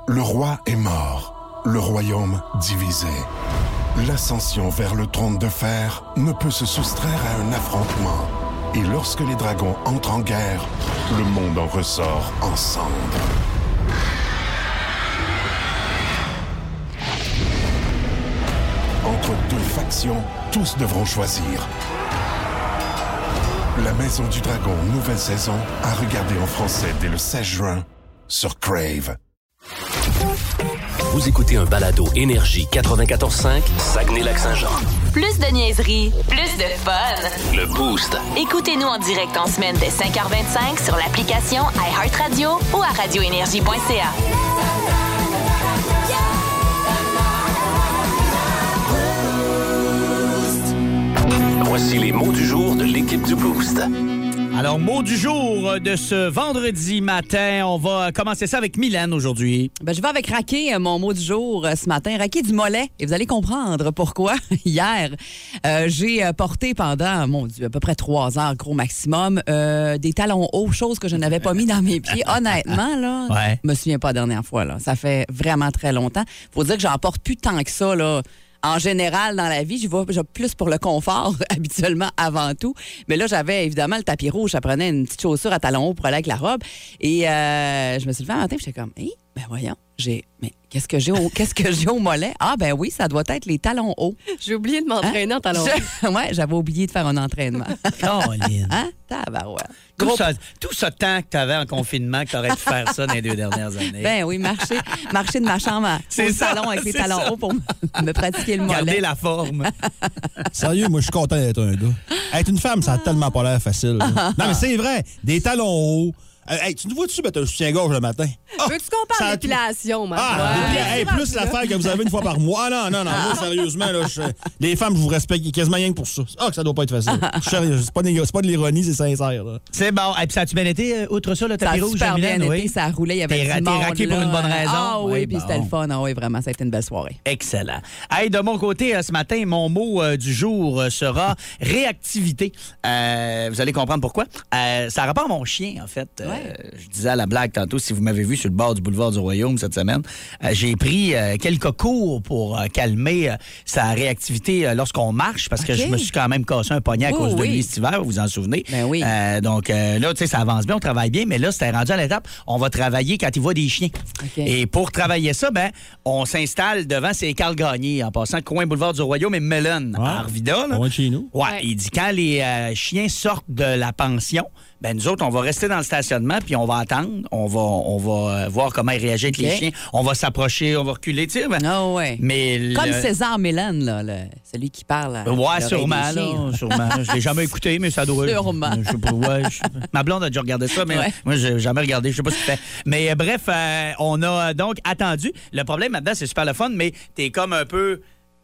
Le roi est mort, le royaume divisé. L'ascension vers le trône de fer ne peut se soustraire à un affrontement. Et lorsque les dragons entrent en guerre, le monde en ressort en cendres. Entre deux factions, tous devront choisir. La Maison du Dragon, nouvelle saison, à regarder en français dès le 16 juin sur Crave. Vous écoutez un balado Énergie 94.5, Saguenay-Lac-Saint-Jean. Plus de niaiserie, plus de fun. Le Boost. Écoutez-nous en direct en semaine dès 5h25 sur l'application iHeartRadio ou à radioénergie.ca. Voici les mots du jour de l'équipe du Boost. Alors, mot du jour de ce vendredi matin. On va commencer ça avec Mylène aujourd'hui. Je vais avec Raqué, mon mot du jour ce matin. Raqué du mollet. Et vous allez comprendre pourquoi. Hier, j'ai porté pendant, mon Dieu, à peu près 3 heures, gros maximum, des talons hauts, chose que je n'avais pas mis dans mes pieds. Honnêtement, là, je me souviens pas la dernière fois. Là. Ça fait vraiment très longtemps. Faut dire que j'en porte plus tant que ça, là. En général, dans la vie, je vais plus pour le confort, habituellement, avant tout. Mais là, j'avais évidemment le tapis rouge. Ça prenait une petite chaussure à talons hauts pour aller avec la robe. Et je me suis levée un matin et j'étais comme, ben voyons, mais qu'est-ce que j'ai au mollet? Ah, ben oui, ça doit être les talons hauts. J'ai oublié de m'entraîner en talons hauts. Oui, j'avais oublié de faire un entraînement. Caroline. Hein? Tabarouette. Tout ce temps que tu avais en confinement, que tu aurais dû faire ça dans les 2 dernières années. Ben oui, marcher de ma chambre au salon avec les talons hauts pour me pratiquer le mollet. Garder la forme. Sérieux, moi, je suis content d'être un gars. Être une femme, ça a tellement pas l'air facile. Non, mais c'est vrai. Des talons hauts. Tu nous vois-tu mettre un soutien-gorge le matin? Veux-tu qu'on parle d'épilation, plus l'affaire que vous avez une fois par mois. Non, moi, sérieusement, là, les femmes, je vous respecte quasiment rien que pour ça. Que ça doit pas être facile. C'est pas de l'ironie, c'est sincère. Là. C'est bon. Et puis ça a-tu bien été, outre ça, le tapis rouge? Ça a super bien été, ça a roulé, il y avait du monde. T'es raqué pour une bonne raison. Ah oui, puis c'était le fun. Ah oui, vraiment, ça a été une belle soirée. Excellent. Hey, de mon côté, ce matin, mon mot du jour sera réactivité. Vous allez comprendre pourquoi. Ça a rapport à mon chien, en fait. Je disais à la blague tantôt, si vous m'avez vu sur le bord du boulevard du Royaume cette semaine, j'ai pris quelques cours pour calmer sa réactivité lorsqu'on marche, parce que je me suis quand même cassé un poignet à cause de lui cet hiver, vous vous en souvenez. Ben oui. Donc là, tu sais, ça avance bien, on travaille bien, mais là, c'était rendu à l'étape, on va travailler quand il voit des chiens. Okay. Et pour travailler ça, on s'installe devant, c'est Carl Gagné, en passant coin boulevard du Royaume et Melon, à Arvida. On va chez nous. Ouais, il dit quand les chiens sortent de la pension, nous autres, on va rester dans le stationnement, puis on va attendre. On va voir comment ils réagissent avec les chiens. On va s'approcher, on va reculer, tu sais. Mais comme César Mélène, là, celui qui parle. Sûrement. Je l'ai jamais écouté, mais ça doit... Sûrement. Ma blonde a déjà regardé ça, mais moi, j'ai jamais regardé. Je sais pas ce qu'il fait. Mais bref, on a donc attendu. Le problème là-dedans, c'est super le fun, mais t'es comme un peu,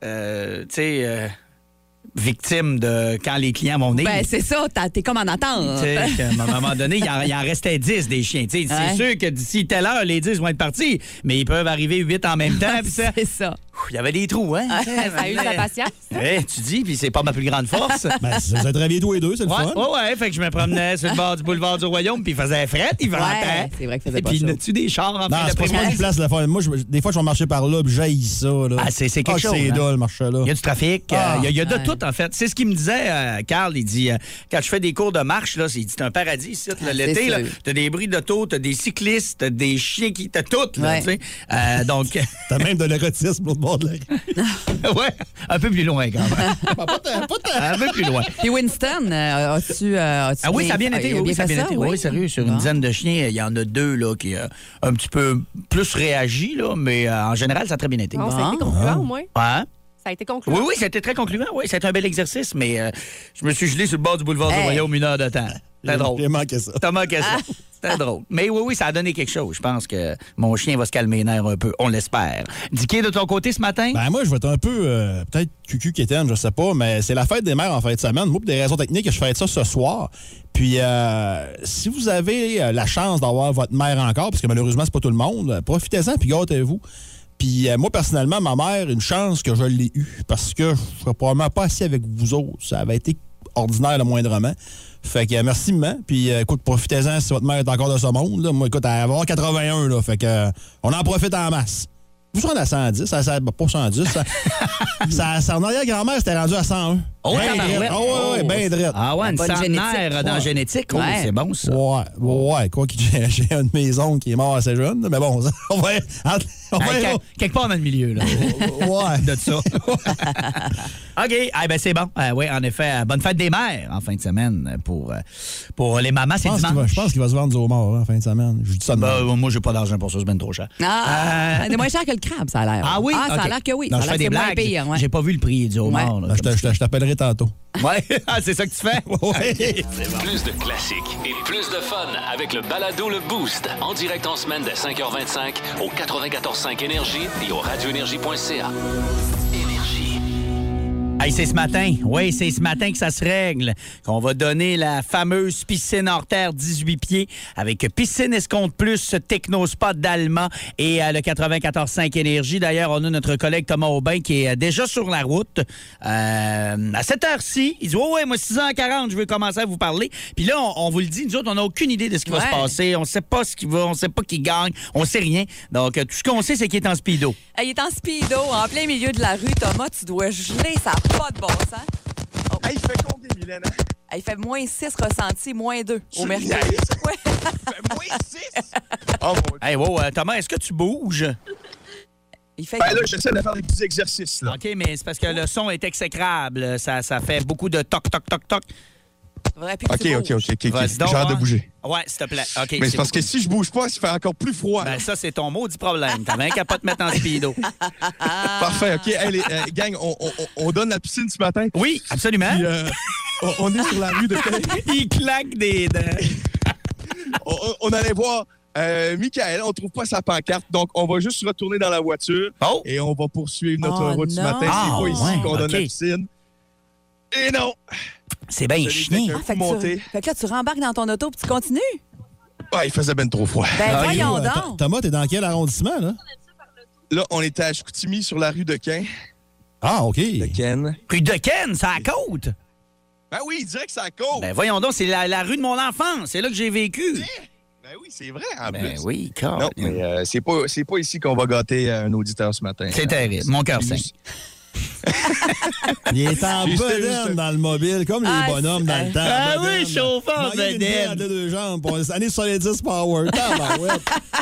victime de quand les clients vont venir. C'est ça, t'es comme en attente. À un moment donné, il en restait 10 des chiens. C'est sûr que d'ici telle heure, les 10 vont être partis, mais ils peuvent arriver 8 en même temps. C'est ça. Il y avait des trous, hein? Ça a eu de la patience. Tu dis, puis c'est pas ma plus grande force. Vous avez travaillé tous les deux, c'est le fun. Ouais, fait que je me promenais sur le bord du boulevard du Royaume, puis il faisait fret, il ventait. C'est vrai que faisait pas chaud. Et puis, n'as-tu des chars en fait? Non, c'est pas une place de la faire. Moi, des fois, je vais marcher par là, puis j'haïs ça. Là. C'est quelque chose. C'est là, le marché là. Il y a du trafic, il y a de tout, en fait. C'est ce qu'il me disait, Carl. Il dit, quand je fais des cours de marche, là, c'est un paradis ici. L'été, t'as des bruits d'auto, t'as des cyclistes, t'as des chiens qui... T'as tout, là, tu sais. Donc... T'as même de l'érotisme au bord de la rue. Ouais, un peu plus loin quand même. Pas tant. Un peu plus loin. Puis Winston, as-tu oui, ça a bien été. Oui, ça a bien été. Oui, sérieux. Sur une dizaine de chiens, il y en a 2 là, qui un petit peu plus réagi, là, mais en général, ça a très bien été. Ça a été concluant, au moins. Ouais. Ça a été concluant. Oui, ça a été très concluant. Oui, c'était un bel exercice, mais je me suis gelé sur le bord du boulevard du Royaume 1 heure de temps. C'était drôle. J'ai manqué ça. T'as manqué ça. C'était drôle. Mais oui, ça a donné quelque chose. Je pense que mon chien va se calmer les nerfs un peu. On l'espère. Dicky, de ton côté ce matin? Moi, je vais être un peu, peut-être cucu-quétaine, je sais pas, mais c'est la fête des mères en fin de semaine. Moi, pour des raisons techniques, je fête ça ce soir. Puis, si vous avez la chance d'avoir votre mère encore, parce que malheureusement, c'est pas tout le monde, profitez-en puis gâtez-vous. Puis moi, personnellement, ma mère, une chance que je l'ai eue, parce que je serais probablement pas assis avec vous autres. Ça avait été ordinaire le moindrement. Fait que merci, maman. Puis écoute, profitez-en si votre mère est encore de ce monde. Là. Moi, écoute, elle va avoir 81, là. Fait que on en profite en masse. Vous serez à 110, pas 110. Son arrière-grand-mère, c'était rendu à 101. Oh, tabarouette. Oui, bien drette. Ah ouais, une Bonne centenaire génétique. dans la génétique. Oh, Ouais. c'est bon, ça. Ouais. Quoi qu'il j'ai un de mes oncles qui est mort assez jeune. Mais bon, on va... Quelque part dans le milieu, là. Ouais. De ça. OK. C'est bon. Oui, en effet, bonne fête des mères en fin de semaine pour les mamans. C'est dimanche. Je pense qu'il va se vendre du homard en fin de semaine. Je dis ça de même. Moi, j'ai pas d'argent pour ça. C'est bien trop cher. C'est moins cher que le crabe, ça a l'air. Ah oui? Ça OK. a l'air que oui. Non, Ça je a fais l'air des que c'est moins blagues. pire, ouais. J'ai pas vu le prix du homard. là. Je t'appellerai tantôt. Ouais. C'est ça que tu fais? Ouais. Plus de classiques et plus de fun avec le balado Le Boost. En direct en semaine dès 5h25 au 94.5 Énergie et au radioénergie.ca. Énergie. Hey, c'est ce matin. Oui, c'est ce matin que ça se règle. Qu'on va donner la fameuse piscine hors terre 18 pieds avec piscine escompte plus Technospot d'Alma et le 94.5 Énergie. D'ailleurs, on a notre collègue Thomas Aubin qui est déjà sur la route. À cette heure-ci, il dit ouais, moi 6h40, je vais commencer à vous parler. Puis là, on vous le dit, nous autres, on n'a aucune idée de ce qui va se passer. On ne sait pas ce qui va, on ne sait pas qui gagne, on ne sait rien. Donc, tout ce qu'on sait, c'est qu'il est en speedo. Il est en speedo, en plein milieu de la rue. Thomas, tu dois geler, ça n'a pas de bon sens. Oh. Hey, il fait combien, Mylène? Il fait moins 6 ressenti, moins 2 au mercure. Ouais. Il fait moins 6? Oh mon Dieu. Hey, wow, Thomas, est-ce que tu bouges? Il fait... Ben là, j'essaie de faire des petits exercices, là. OK, mais c'est parce que le son est exécrable. Ça fait beaucoup de toc, toc, toc, toc. Faudrait plus que tu OK. bouges. Vas-y donc, J'ai hâte de hein. bouger. Ouais, s'il te plaît. OK. Mais c'est parce que si je bouge pas, ça fait encore plus froid. Ben, ça, c'est ton maudit problème. T'as bien qu'à pas te mettre en speedo. Parfait, OK. Hey, gang, on donne la piscine ce matin. Oui, absolument. Puis, on est sur la rue de... Il claque des dents. on allait voir Michael. On trouve pas sa pancarte. Donc, on va juste retourner dans la voiture. Oh! Et on va poursuivre notre Oh route ce non. matin. C'est Ah, pas ici ouais, qu'on donne la OK. piscine. Et non! C'est bien Je chien. l'ai fait Fait que, monter. fait que là, tu rembarques dans ton auto puis tu continues. Ah, il faisait ben trop froid. Ben, voyons Yo, donc. Thomas, t'es dans quel arrondissement, là? Là, on était à Chicoutimi sur la rue de Quin. Ah, OK. De Ken. Rue de Ken, c'est à la côte. Ben oui, il dirait que c'est à cause. Ben, voyons donc, c'est la rue de mon enfance. C'est là que j'ai vécu. Ben oui, c'est vrai, en Ben plus. oui, Non, mais c'est pas ici qu'on va gâter un auditeur ce matin. C'est terrible. Mon cœur saigne. Il est en J'ai bedaine juste- dans le mobile, comme les Ah, bonhommes dans le temps. Ah bedaine. oui, chauffeur Manquer une bedaine. bière de 2 jambes pour une année sur les 10 power. Tabarouette.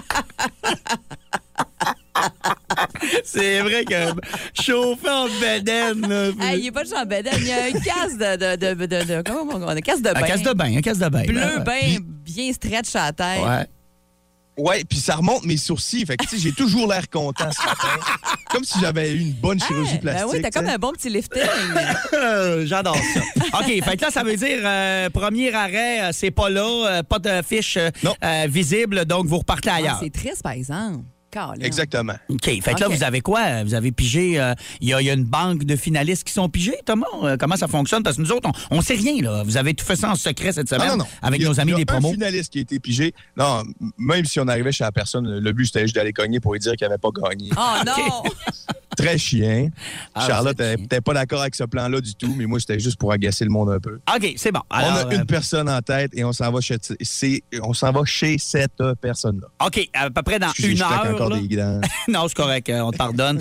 C'est vrai que chauffeur bedaine, là. Hey, il est pas juste en bedaine, il y a un casque de comment on dit? Un casque de bain. Un casse de bain, un casse de bain. Bleu, Ben, bien stretch à la tête. ouais. Ouais, puis ça remonte mes sourcils. Fait que, tu sais, j'ai toujours l'air content ce matin. Comme si j'avais eu une bonne chirurgie Hey, plastique. ben oui, t'as comme tu sais. un bon petit lifting. J'adore ça. OK, fait que là, ça veut dire premier arrêt, c'est pas là, pas de fiche Non. visible, donc vous repartez Ah, ailleurs. c'est triste, par exemple. Colin. Exactement. OK, fait que là, OK. vous avez quoi? Vous avez pigé, il y a une banque de finalistes qui sont pigés, Thomas? Comment ça fonctionne? Parce que nous autres, on sait rien, là. Vous avez tout fait ça en secret cette semaine Non. avec Il y a- nos amis il y a des promos. un finaliste qui a été pigé. Non, même si on arrivait chez la personne, le but, c'était juste d'aller cogner pour lui dire qu'il n'avait pas gagné. Oh non! Très chien. Ah, Charlotte vous êtes n'était pas d'accord avec ce plan-là du tout, mais moi, c'était juste pour agacer le monde un peu. OK, c'est bon. On Alors, a une personne en tête et on s'en va chez cette personne-là. OK, à peu près dans Excusez, une je claque heure. encore là. des dents. Non, c'est correct, on te pardonne.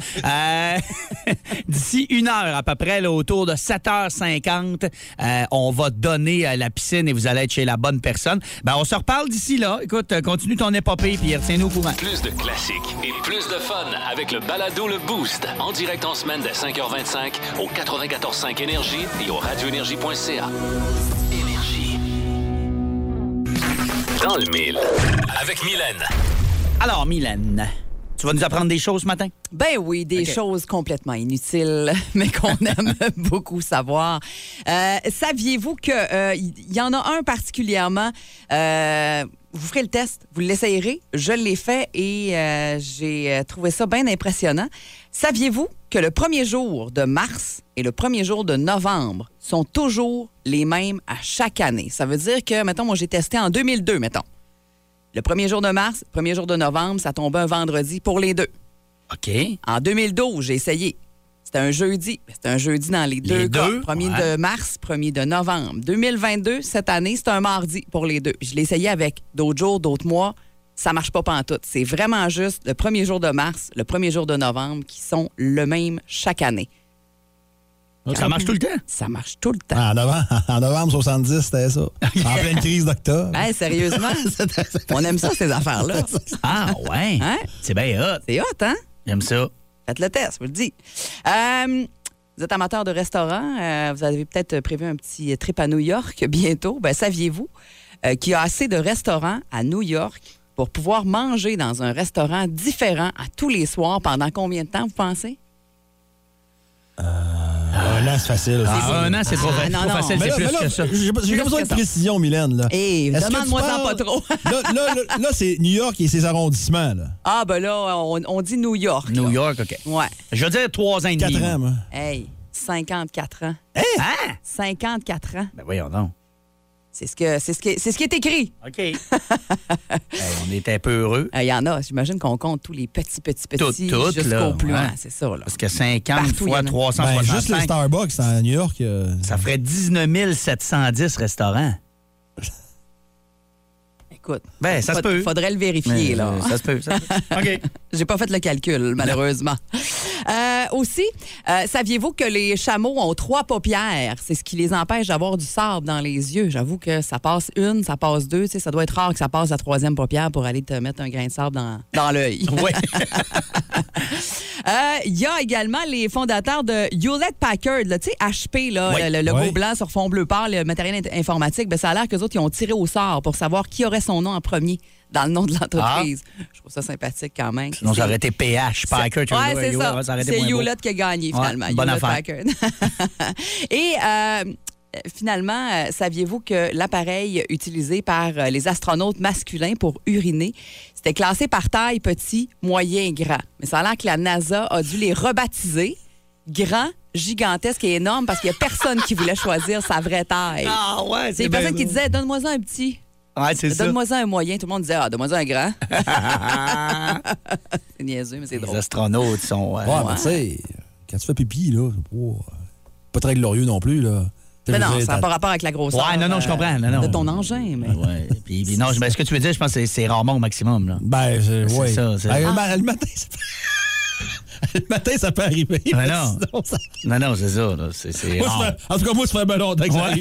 D'ici une heure, à peu près, là, autour de 7h50, on va donner la piscine et vous allez être chez la bonne personne. Ben, on se reparle d'ici là. Écoute, continue ton épopée puis retiens-nous au courant. Plus de classiques et plus de fun avec le balado Le Boost. En direct en semaine dès 5h25 au 94.5 Énergie et au radioénergie.ca. Énergie. Dans le mille. Avec Mylène. Alors, Mylène, tu vas nous apprendre des choses ce matin? Ben oui, des OK. choses complètement inutiles, mais qu'on aime beaucoup savoir. Saviez-vous que il y en a un particulièrement, vous ferez le test, vous l'essayerez. Je l'ai fait et j'ai trouvé ça bien impressionnant. Saviez-vous que le premier jour de mars et le premier jour de novembre sont toujours les mêmes à chaque année? Ça veut dire que, mettons, moi, j'ai testé en 2002, mettons. Le premier jour de mars, le premier jour de novembre, ça tombait un vendredi pour les deux. OK. En 2012, j'ai essayé. C'était un jeudi. C'était un jeudi dans les deux cas. 1er de mars, 1er de novembre. 2022, cette année, c'est un mardi pour les deux. Je l'ai essayé avec d'autres jours, d'autres mois. Ça marche pas pantoute. C'est vraiment juste le 1er jour de mars, le 1er jour de novembre qui sont le même chaque année. Ça marche tout le temps? Ça marche tout le temps. En novembre 70, c'était ça. En pleine crise d'octobre. Hey, sérieusement? On aime ça, ces affaires-là. Ah, ouais. Hein? C'est bien hot. C'est hot, hein? J'aime ça. Faites le test, je vous le dis. Vous êtes amateur de restaurant. Vous avez peut-être prévu un petit trip à New York bientôt. Ben, saviez-vous qu'il y a assez de restaurants à New York pour pouvoir manger dans un restaurant différent à tous les soirs pendant combien de temps, vous pensez? Un an, c'est facile. Un an, c'est trop facile. C'est plus que ça. J'ai besoin de précision, Mylène. Là. Hey, demande-moi-en pas trop. là, c'est New York et ses arrondissements. Là. Ah, ben là, on dit New York. New là. York, OK. Ouais. Je veux dire 3 ans et demi. 4 ans, moi. Hey, 54 ans. Hein? 54 ans. Ben voyons donc. C'est ce qui est écrit. OK. On est un peu heureux. Il y en a. J'imagine qu'on compte tous les petits Tout, jusqu'au là, plus grand. ouais. C'est ça, là. Parce que 50 Partout, fois il y en a. 365... Juste les Starbucks à New York. Ça ferait 19 710 restaurants. Écoute, Ben, ça se peut. Faudrait le vérifier, là. Ça se peut. OK. J'ai pas fait le calcul, malheureusement. Aussi, saviez-vous que les chameaux ont 3 paupières? C'est ce qui les empêche d'avoir du sable dans les yeux. J'avoue que ça passe 1, ça passe 2. Tu sais, ça doit être rare que ça passe la 3e paupière pour aller te mettre un grain de sable dans l'œil. Oui. Il y a également les fondateurs de Hewlett-Packard, là, tu sais, HP, là, Oui. le logo blanc sur fond bleu pâle, le matériel informatique. Ben, ça a l'air qu'eux autres, ils ont tiré au sort pour savoir qui aurait son nom en premier dans le nom de l'entreprise. Je trouve ça sympathique quand même. Sinon, ça aurait été PH, Packard. Oui, c'est ça. C'est Hewlett qui a gagné, finalement. Bonne Hewlett-Packard. Et finalement, saviez-vous que l'appareil utilisé par les astronautes masculins pour uriner, c'était classé par taille petit, moyen, grand. Mais ça a l'air que la NASA a dû les rebaptiser grand, gigantesque et énorme parce qu'il n'y a personne qui voulait choisir sa vraie taille. Ah ouais, c'est les personnes qui disaient « Donne-moi-en un petit ». Ouais, c'est ça. Donne-moi-en un moyen. Tout le monde disait « Ah, donne-moi-en un grand ». C'est niaiseux, mais c'est drôle. Les astronautes sont... mais tu sais, quand tu fais pipi, là, pas très glorieux non plus, là. Mais non, ça n'a pas rapport avec la grosseur. Ouais, non, je comprends. Non. De ton engin, mais... Ouais. Puis non, ce que tu veux dire, je pense que c'est rarement au maximum, là. Ben, oui. C'est ça. Le matin, le matin, ça peut arriver. Mais non. Non, c'est ça. Là. C'est rare. En tout cas, moi, ça fait bien longtemps que ça arrive.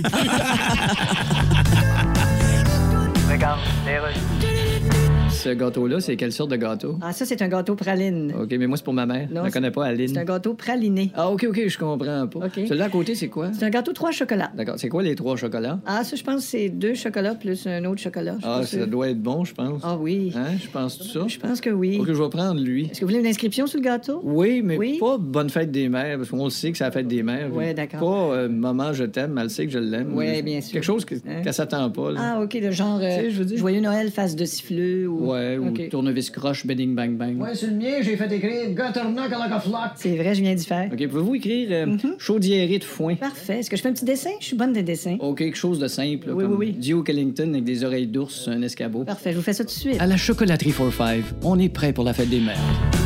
Regarde, ce gâteau-là, c'est quelle sorte de gâteau? Ah, ça, c'est un gâteau praline. OK, mais moi, c'est pour ma mère. Non, je la connais pas, Aline. C'est un gâteau praliné. Ah, OK, je comprends pas. OK. Celui-là à côté, c'est quoi? C'est un gâteau 3 chocolats. D'accord. C'est quoi les 3 chocolats? Ah, ça, je pense que c'est 2 chocolats plus un autre chocolat. Ah, ça doit être bon, je pense. Ah oui. Hein? Je pense tout ça? Je pense que oui. OK, je vais prendre lui. Est-ce que vous voulez une inscription sur le gâteau? Oui, mais pas bonne fête des mères, parce qu'on le sait que c'est la fête des mères. Oui, d'accord. Pas maman, je t'aime, elle sait que je l'aime. Oui, bien sûr. Quelque chose qu'elle s'attend pas. Là. Ah, OK, le genre je veux dire... Joyeux Noël, face de siffleux ou... Ouais, ou tournevis croche, bedding bang bang. Ouais, sur le mien, j'ai fait écrire Gutternock like a flock. C'est vrai, je viens d'y faire. OK, pouvez-vous écrire chaudiérée de foin? Parfait. Est-ce que je fais un petit dessin? Je suis bonne des dessins. OK, quelque chose de simple. Oui, comme oui. Duke Ellington avec des oreilles d'ours, un escabeau. Parfait, je vous fais ça tout de suite. À la chocolaterie 4-5, on est prêt pour la fête des mères.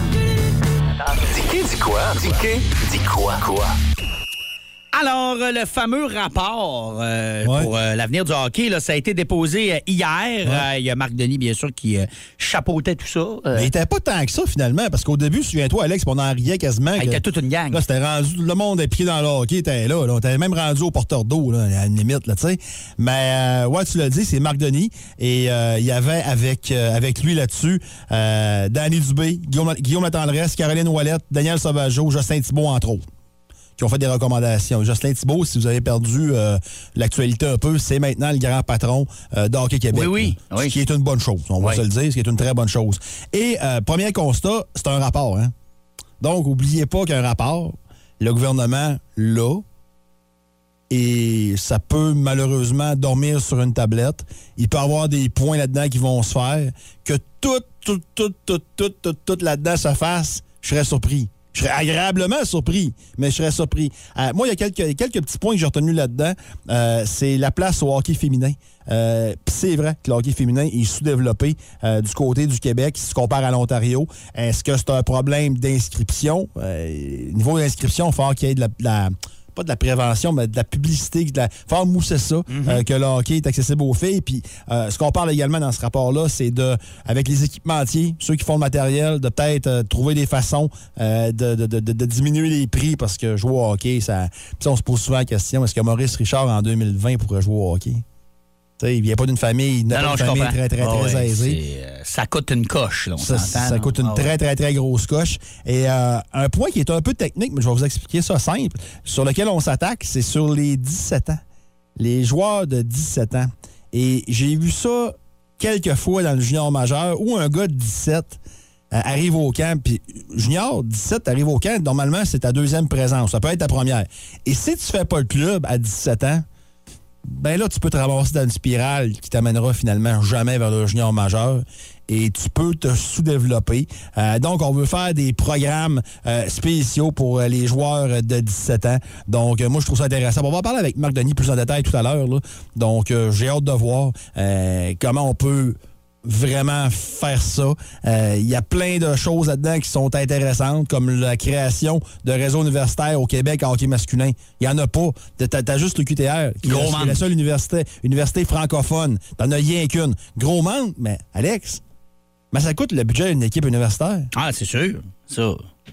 Dis quoi? Dis quoi? Alors, le fameux rapport pour l'avenir du hockey, là, ça a été déposé hier. Il y a Marc Denis, bien sûr, qui chapeautait tout ça. Mais il n'était pas tant que ça, finalement, parce qu'au début, souviens-toi, Alex, on en riait quasiment. Il était toute une gang. Là, c'était rendu, le monde est piqué dans le hockey, était là. On était même rendu au porteur d'eau, là, à la limite, là, tu sais. Mais, ouais, tu l'as dit, c'est Marc Denis. Et il y avait avec lui là-dessus Danny Dubé, Guillaume Latendresse, Caroline Ouellette, Daniel Sauvageau, Jocelyn Thibault, entre autres, qui ont fait des recommandations. Jocelyn Thibault, si vous avez perdu l'actualité un peu, c'est maintenant le grand patron d'Hockey Québec. Oui. Ce qui est une bonne chose, on va se le dire, ce qui est une très bonne chose. Et premier constat, c'est un rapport. Hein? Donc, n'oubliez pas qu'un rapport, le gouvernement l'a, et ça peut malheureusement dormir sur une tablette. Il peut y avoir des points là-dedans qui vont se faire, que tout là-dedans se fasse, je serais surpris. Je serais agréablement surpris, mais je serais surpris. Moi, il y a quelques petits points que j'ai retenus là-dedans. C'est la place au hockey féminin. Puis c'est vrai que le hockey féminin est sous-développé du côté du Québec si tu compares à l'Ontario. Est-ce que c'est un problème d'inscription? Niveau d'inscription, il faut qu'il y ait pas de la prévention, mais de la publicité, faire mousser ça, que le hockey est accessible aux filles. Puis ce qu'on parle également dans ce rapport-là, c'est avec les équipementiers, ceux qui font le matériel, de peut-être trouver des façons de diminuer les prix parce que jouer au hockey, ça on se pose souvent la question, est-ce que Maurice Richard, en 2020, pourrait jouer au hockey? T'sais, il vient pas d'une famille, très, très, très aisée. Ça coûte une coche, là, on s'entend. Ça coûte une très, très, très grosse coche. Et un point qui est un peu technique, mais je vais vous expliquer ça simple, sur lequel on s'attaque, c'est sur les 17 ans. Les joueurs de 17 ans. Et j'ai vu ça quelques fois dans le junior majeur où un gars de 17 arrive au camp, puis junior, 17, arrive au camp, normalement, c'est ta deuxième présence. Ça peut être ta première. Et si tu fais pas le club à 17 ans, ben là, tu peux te ramasser dans une spirale qui t'amènera finalement jamais vers le junior majeur et tu peux te sous-développer. Donc, on veut faire des programmes spéciaux pour les joueurs de 17 ans. Donc, moi, je trouve ça intéressant. On va en parler avec Marc Denis plus en détail tout à l'heure. Donc, j'ai hâte de voir comment on peut vraiment faire ça. Il y a plein de choses là-dedans qui sont intéressantes, comme la création de réseaux universitaires au Québec en hockey masculin. Il n'y en a pas. T'as juste le QTR, qui est la seule université francophone. T'en as rien qu'une. Gros manque, mais Alex, mais ça coûte le budget d'une équipe universitaire. Ah, c'est sûr. Ça...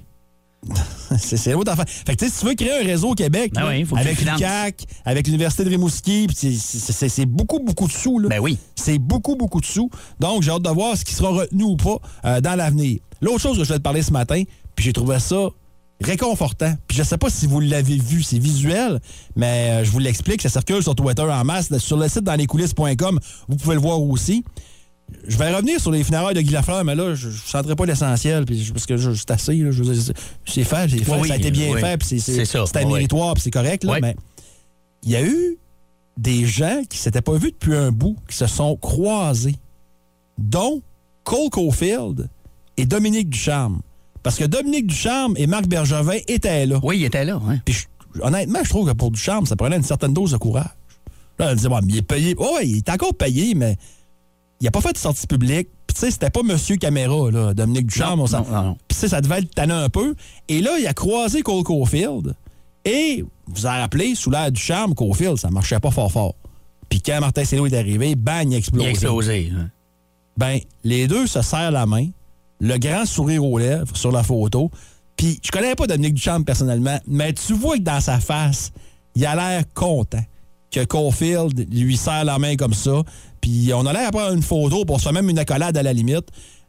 c'est l'autre affaire. Fait que si tu veux créer un réseau au Québec, là, avec l'UQAC, avec l'Université de Rimouski, c'est beaucoup, beaucoup de sous. Là. Ben oui. C'est beaucoup, beaucoup de sous. Donc, j'ai hâte de voir ce qui sera retenu ou pas dans l'avenir. L'autre chose que je vais te parler ce matin, puis j'ai trouvé ça réconfortant. Puis je sais pas si vous l'avez vu, c'est visuel, mais je vous l'explique, ça circule sur Twitter en masse. Sur le site danslescoulisses.com, vous pouvez le voir aussi. Je vais revenir sur les funérailles de Guy Lafleur, mais là, je ne centrerai pas l'essentiel, parce que c'est assez. Là, c'est fait, ça a été bien fait, puis c'est méritoire, puis c'est correct. Là, mais il y a eu des gens qui ne s'étaient pas vus depuis un bout, qui se sont croisés, dont Cole Caulfield et Dominique Ducharme. Parce que Dominique Ducharme et Marc Bergevin étaient là. Oui, ils étaient là. Hein. Puis honnêtement, je trouve que pour Ducharme, ça prenait une certaine dose de courage. Là, on disait, bon, il est payé. Oh, il est encore payé, mais il n'a pas fait de sortie publique. Puis, tu sais, c'était pas Monsieur Caméra, là, Dominique Ducharme. Non. Puis, tu sais, ça devait être tannant un peu. Et là, il a croisé Cole Caulfield. Et, vous vous rappelez, sous l'air Ducharme, Caulfield, ça marchait pas fort. Puis, quand Martin Saint-Louis est arrivé, bang, il a explosé. Hein. Ben, les deux se serrent la main, le grand sourire aux lèvres sur la photo. Puis, je connais pas Dominique Ducharme personnellement, mais tu vois que dans sa face, il a l'air content que Caulfield lui serre la main comme ça. Puis on allait prendre une photo pour se faire même une accolade à la limite.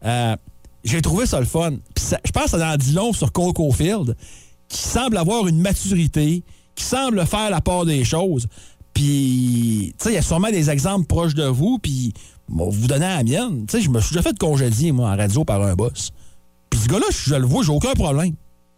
J'ai trouvé ça le fun. Puis je pense que ça en dit long sur Cole Caulfield, qui semble avoir une maturité, qui semble faire la part des choses. Puis, tu sais, il y a sûrement des exemples proches de vous, puis vous donnez à la mienne. Tu sais, je me suis déjà fait congédier, moi, en radio par un boss. Puis ce gars-là, je le vois, j'ai aucun problème.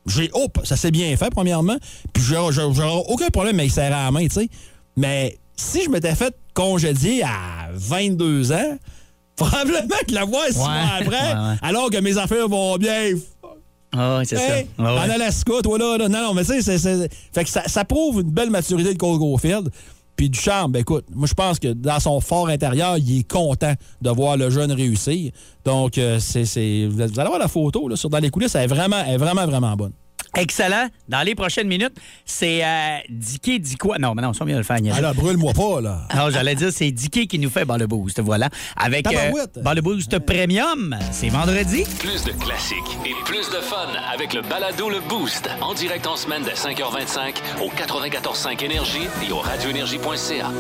Ça s'est bien fait, premièrement. Puis j'aurais aucun problème à y serrer à la main, tu sais. Mais si je m'étais fait congédier à 22 ans, probablement que la voix est souvent après, alors que mes affaires vont bien. Ah, c'est ça. En Alaska, toi, là. Non, mais tu sais, fait que ça prouve une belle maturité de Cole Caulfield. Puis Ducharme, ben écoute, moi, je pense que dans son fort intérieur, il est content de voir le jeune réussir. Donc, vous allez voir la photo, là, sur Dans les coulisses, elle est vraiment, vraiment bonne. Excellent. Dans les prochaines minutes, c'est Dicky dit quoi? Non, mais non, ça vient de le faire. Alors, brûle-moi pas, là. Alors, j'allais dire, c'est Dicky qui nous fait Ball the Boost, voilà. Avec Ball the Boost Premium, c'est vendredi. Plus de classiques et plus de fun avec le balado Le Boost. En direct en semaine dès 5h25 au 94.5 Énergie et au radioénergie.ca.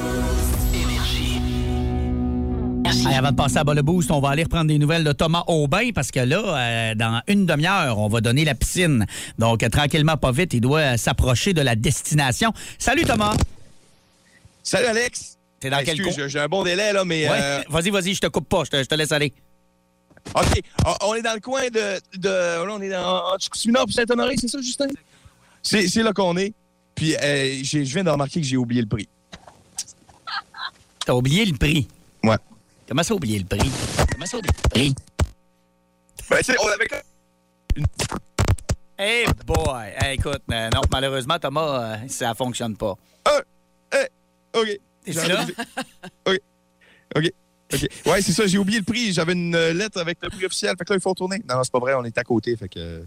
Allez, avant de passer à Ball the Boost, on va aller reprendre des nouvelles de Thomas Aubin parce que là, dans une demi-heure, on va donner la piscine. Donc, tranquillement, pas vite, il doit s'approcher de la destination. Salut, Thomas. Salut, Alex. T'es dans quel coin? J'ai un bon délai, là, mais... Ouais. Vas-y, je te coupe pas, je te laisse aller. OK. On est dans le coin là, on est en Chicoutimi-Nord pour Saint-Honoré, c'est ça, Justin? C'est là qu'on est. Puis, je viens de remarquer que j'ai oublié le prix. T'as oublié le prix? Ouais. Comment ça, oublier le prix? Ben, on avait Hey boy! Hey, écoute, non, malheureusement, Thomas, ça fonctionne pas. OK. T'es-tu là? OK. Ouais, c'est ça, j'ai oublié le prix. J'avais une lettre avec le prix officiel. Fait que là, il faut retourner. Non, c'est pas vrai, on est à côté. Fait que...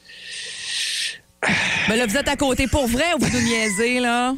Mais là, vous êtes à côté pour vrai ou vous nous niaisez, là?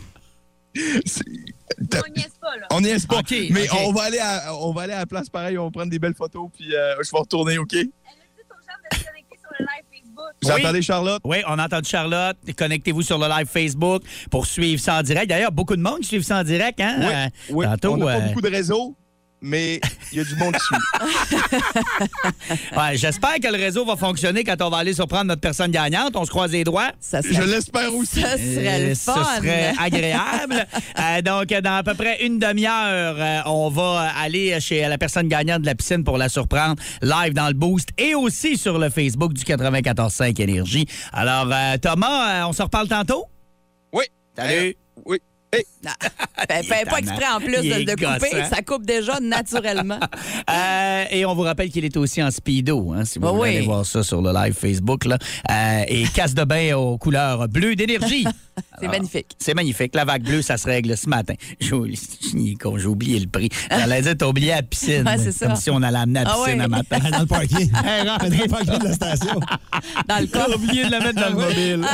On niaise pas, là. On niaise pas. Okay, mais okay. on va aller à la place pareil, on va prendre des belles photos, puis je vais retourner, OK? Elle a dit aux gens de se connecter sur le live Facebook. Vous entendez, Charlotte? Oui, on a entendu Charlotte. Connectez-vous sur le live Facebook pour suivre ça en direct. D'ailleurs, beaucoup de monde suit ça en direct, hein? Oui. Tantôt, On n'a pas beaucoup de réseaux, mais il y a du monde qui suit. Ouais, j'espère que le réseau va fonctionner quand on va aller surprendre notre personne gagnante. On se croise les doigts. Je l'espère aussi. Ça serait le fun. Ce serait agréable. Donc, dans à peu près une demi-heure, on va aller chez la personne gagnante de la piscine pour la surprendre live dans le Boost et aussi sur le Facebook du 94.5 Énergie. Alors, Thomas, on se reparle tantôt? Oui. Salut. Oui. Hey. Fais pas exprès en plus de couper, ça coupe déjà naturellement. Et on vous rappelle qu'il est aussi en speedo, hein, si vous voulez aller voir ça sur le live Facebook. Là. Et casse de bain aux couleurs bleues d'énergie. C'est magnifique. C'est magnifique. La vague bleue, ça se règle ce matin. J'ai oublié le prix. J'allais dire, t'as oublié la piscine. Ouais, c'est ça. Comme si on allait amener la piscine à matin. Dans le parking. Dans le parking de la station. Dans le coffre. J'ai oublié de la mettre dans le mobile.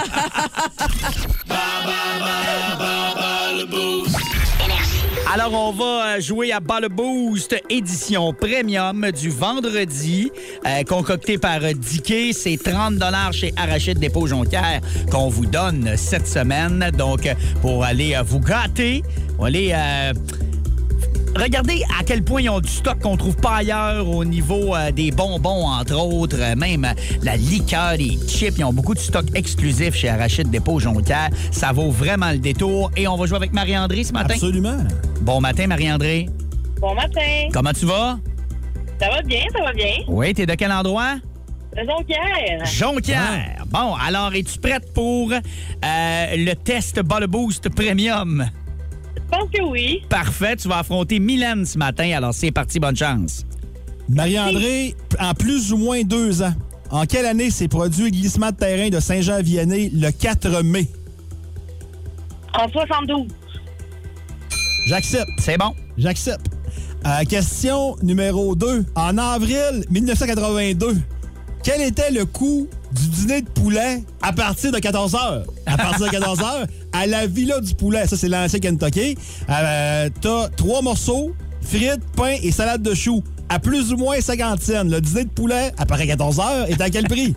Alors, on va jouer à Bas le Boost, édition premium du vendredi, concocté par Dickey. C'est 30 $ chez Arachide Dépôt Jonquière qu'on vous donne cette semaine. Donc, pour aller vous gâter, on va aller... regardez à quel point ils ont du stock qu'on trouve pas ailleurs au niveau des bonbons, entre autres. Même la liqueur, les chips. Ils ont beaucoup de stock exclusif chez Arachide Dépôt Jonquière. Ça vaut vraiment le détour. Et on va jouer avec Marie-André ce matin. Absolument. Bon matin, Marie-André. Bon matin. Comment tu vas? Ça va bien, ça va bien. Oui, t'es de quel endroit? De Jonquière. Jonquière. Bon, alors, es-tu prête pour le test Bas le Boost Premium? Je pense que oui. Parfait. Tu vas affronter Mylène ce matin. Alors, c'est parti. Bonne chance. Marie-André, en plus ou moins 2 ans, en quelle année s'est produit le glissement de terrain de Saint-Jean-Vianney le 4 mai? En 72. J'accepte. C'est bon. J'accepte. Question numéro 2. En avril 1982, quel était le coût du dîner de poulet à partir de 14 h? À partir de 14 h, à la Villa du Poulet. Ça, c'est l'ancien Kentucky. T'as 3 morceaux, frites, pain et salade de choux. À plus ou moins 50 cents. Le dîner de poulet, après 14 h, est à quel prix?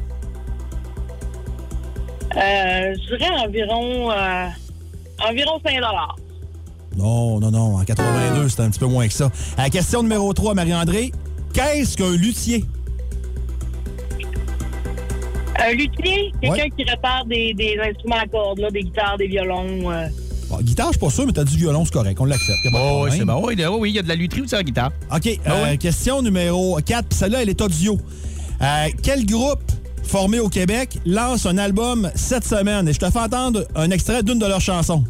Je dirais environ 5 $. Non. En 82, c'était un petit peu moins que ça. Question numéro 3, Marie-André. Qu'est-ce qu'un luthier? Un luthier, quelqu'un qui répare des instruments à cordes, là, des guitares, des violons. Bon, guitare, je suis pas sûr, mais t'as dit violon, c'est correct. On l'accepte. Oh, oui, c'est bon. Oui, il y a de la lutherie aussi en guitare. OK. Question numéro 4, puis celle-là, elle est audio. Quel groupe formé au Québec lance un album cette semaine? Et je te fais entendre un extrait d'une de leurs chansons.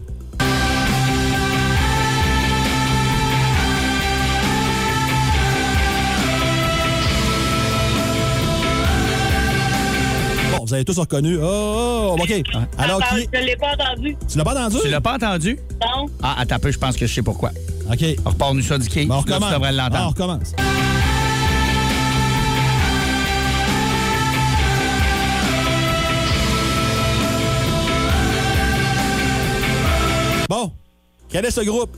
Vous avez tous reconnu. Oh, OK. Alors, Je ne l'ai pas entendu. Tu l'as pas entendu? Tu l'as pas entendu? Non. Ah, attends un peu, je pense que je sais pourquoi. OK. Repars-nous ça du quai. On recommence. Tu devrais l'entendre. On recommence. Bon. Quel est ce groupe?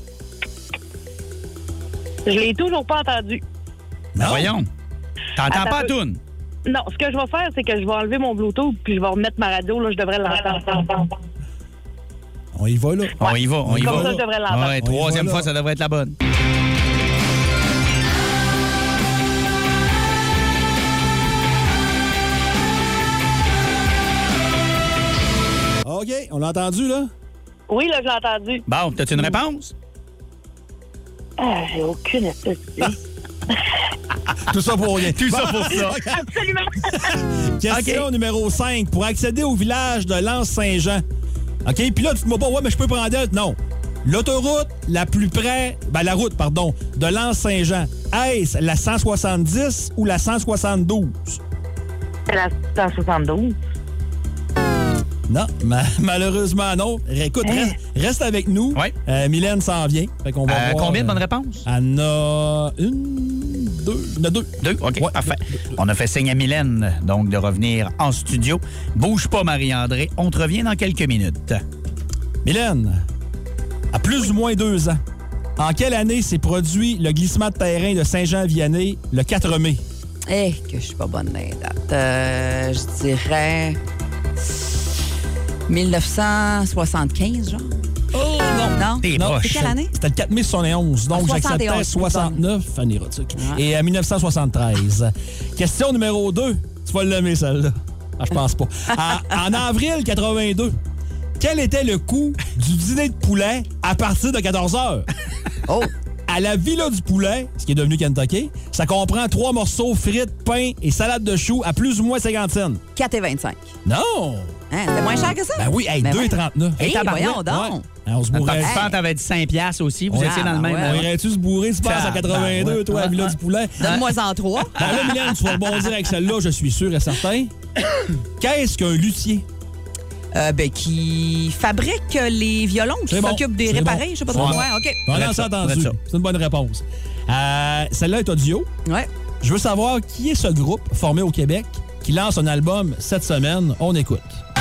Je l'ai toujours pas entendu. Ben voyons. T'entends Attends pas un peu. toune? Non, ce que je vais faire, c'est que je vais enlever mon Bluetooth puis je vais remettre ma radio. Là, je devrais l'entendre. On y va, là. On y va. Comme ça, je devrais l'entendre. Ouais, troisième fois, ça devrait être la bonne. OK, on l'a entendu, là? Oui, là, je l'ai entendu. Bon, t'as-tu une réponse? J'ai aucune espèce d'idée. Tout ça pour rien. Tout ça pour ça. Absolument. Question numéro 5. Pour accéder au village de Lens-Saint-Jean. OK? Puis là, tu te dis pas, ouais, mais je peux prendre elle. Non. L'autoroute la plus près, la route, pardon, de Lens-Saint-Jean, est-ce la 170 ou la 172? C'est la 172. Non, malheureusement, non. Écoute, reste avec nous. Ouais. Mylène s'en vient. Fait qu'on va voir, combien de bonnes réponses? Elle en a deux. Il y en a deux. Deux? OK, parfait. On a fait signe à Mylène, donc, de revenir en studio. Bouge pas, Marie-André. On te revient dans quelques minutes. Mylène, à plus ou moins 2 ans, en quelle année s'est produit le glissement de terrain de Saint-Jean-Vianney le 4 mai? Que je suis pas bonne dans les dates. Je dirais 1975, genre. Oh non! T'es Non, proche. c'est quelle année? C'était le 4 mai 71, donc j'acceptais 71, 69, Fanny Rotuc. Et 1973. Question numéro 2. Tu vas l'aimer, celle-là. Ah, je pense pas. En avril 82, quel était le coût du dîner de poulet à partir de 14 h? Oh! À la Villa du Poulet, ce qui est devenu Kentucky, ça comprend 3 morceaux, frites, pain et salade de choux à plus ou moins 50 cents. 4,25. Non! Hein, c'est moins cher que ça? Ben oui, 2,39. Voyons donc. On se bourrait. Tu penses t'avais dit 5$ aussi. Vous étiez dans le même. On irait-tu se bourrer, tu penses, à 82, toi, à la Villa du Poulet? Donne-moi en 3. Ben là, Mylène, tu vas rebondir avec celle-là, je suis sûr et certain. Qu'est-ce qu'un luthier? Qui fabrique les violons, qui s'occupe des réparer, je sais pas trop. Ouais, OK. On l'a entendu. C'est une bonne réponse. Celle-là est audio. Ouais. Je veux savoir qui est ce groupe formé au Québec qui lance un album cette semaine. On écoute.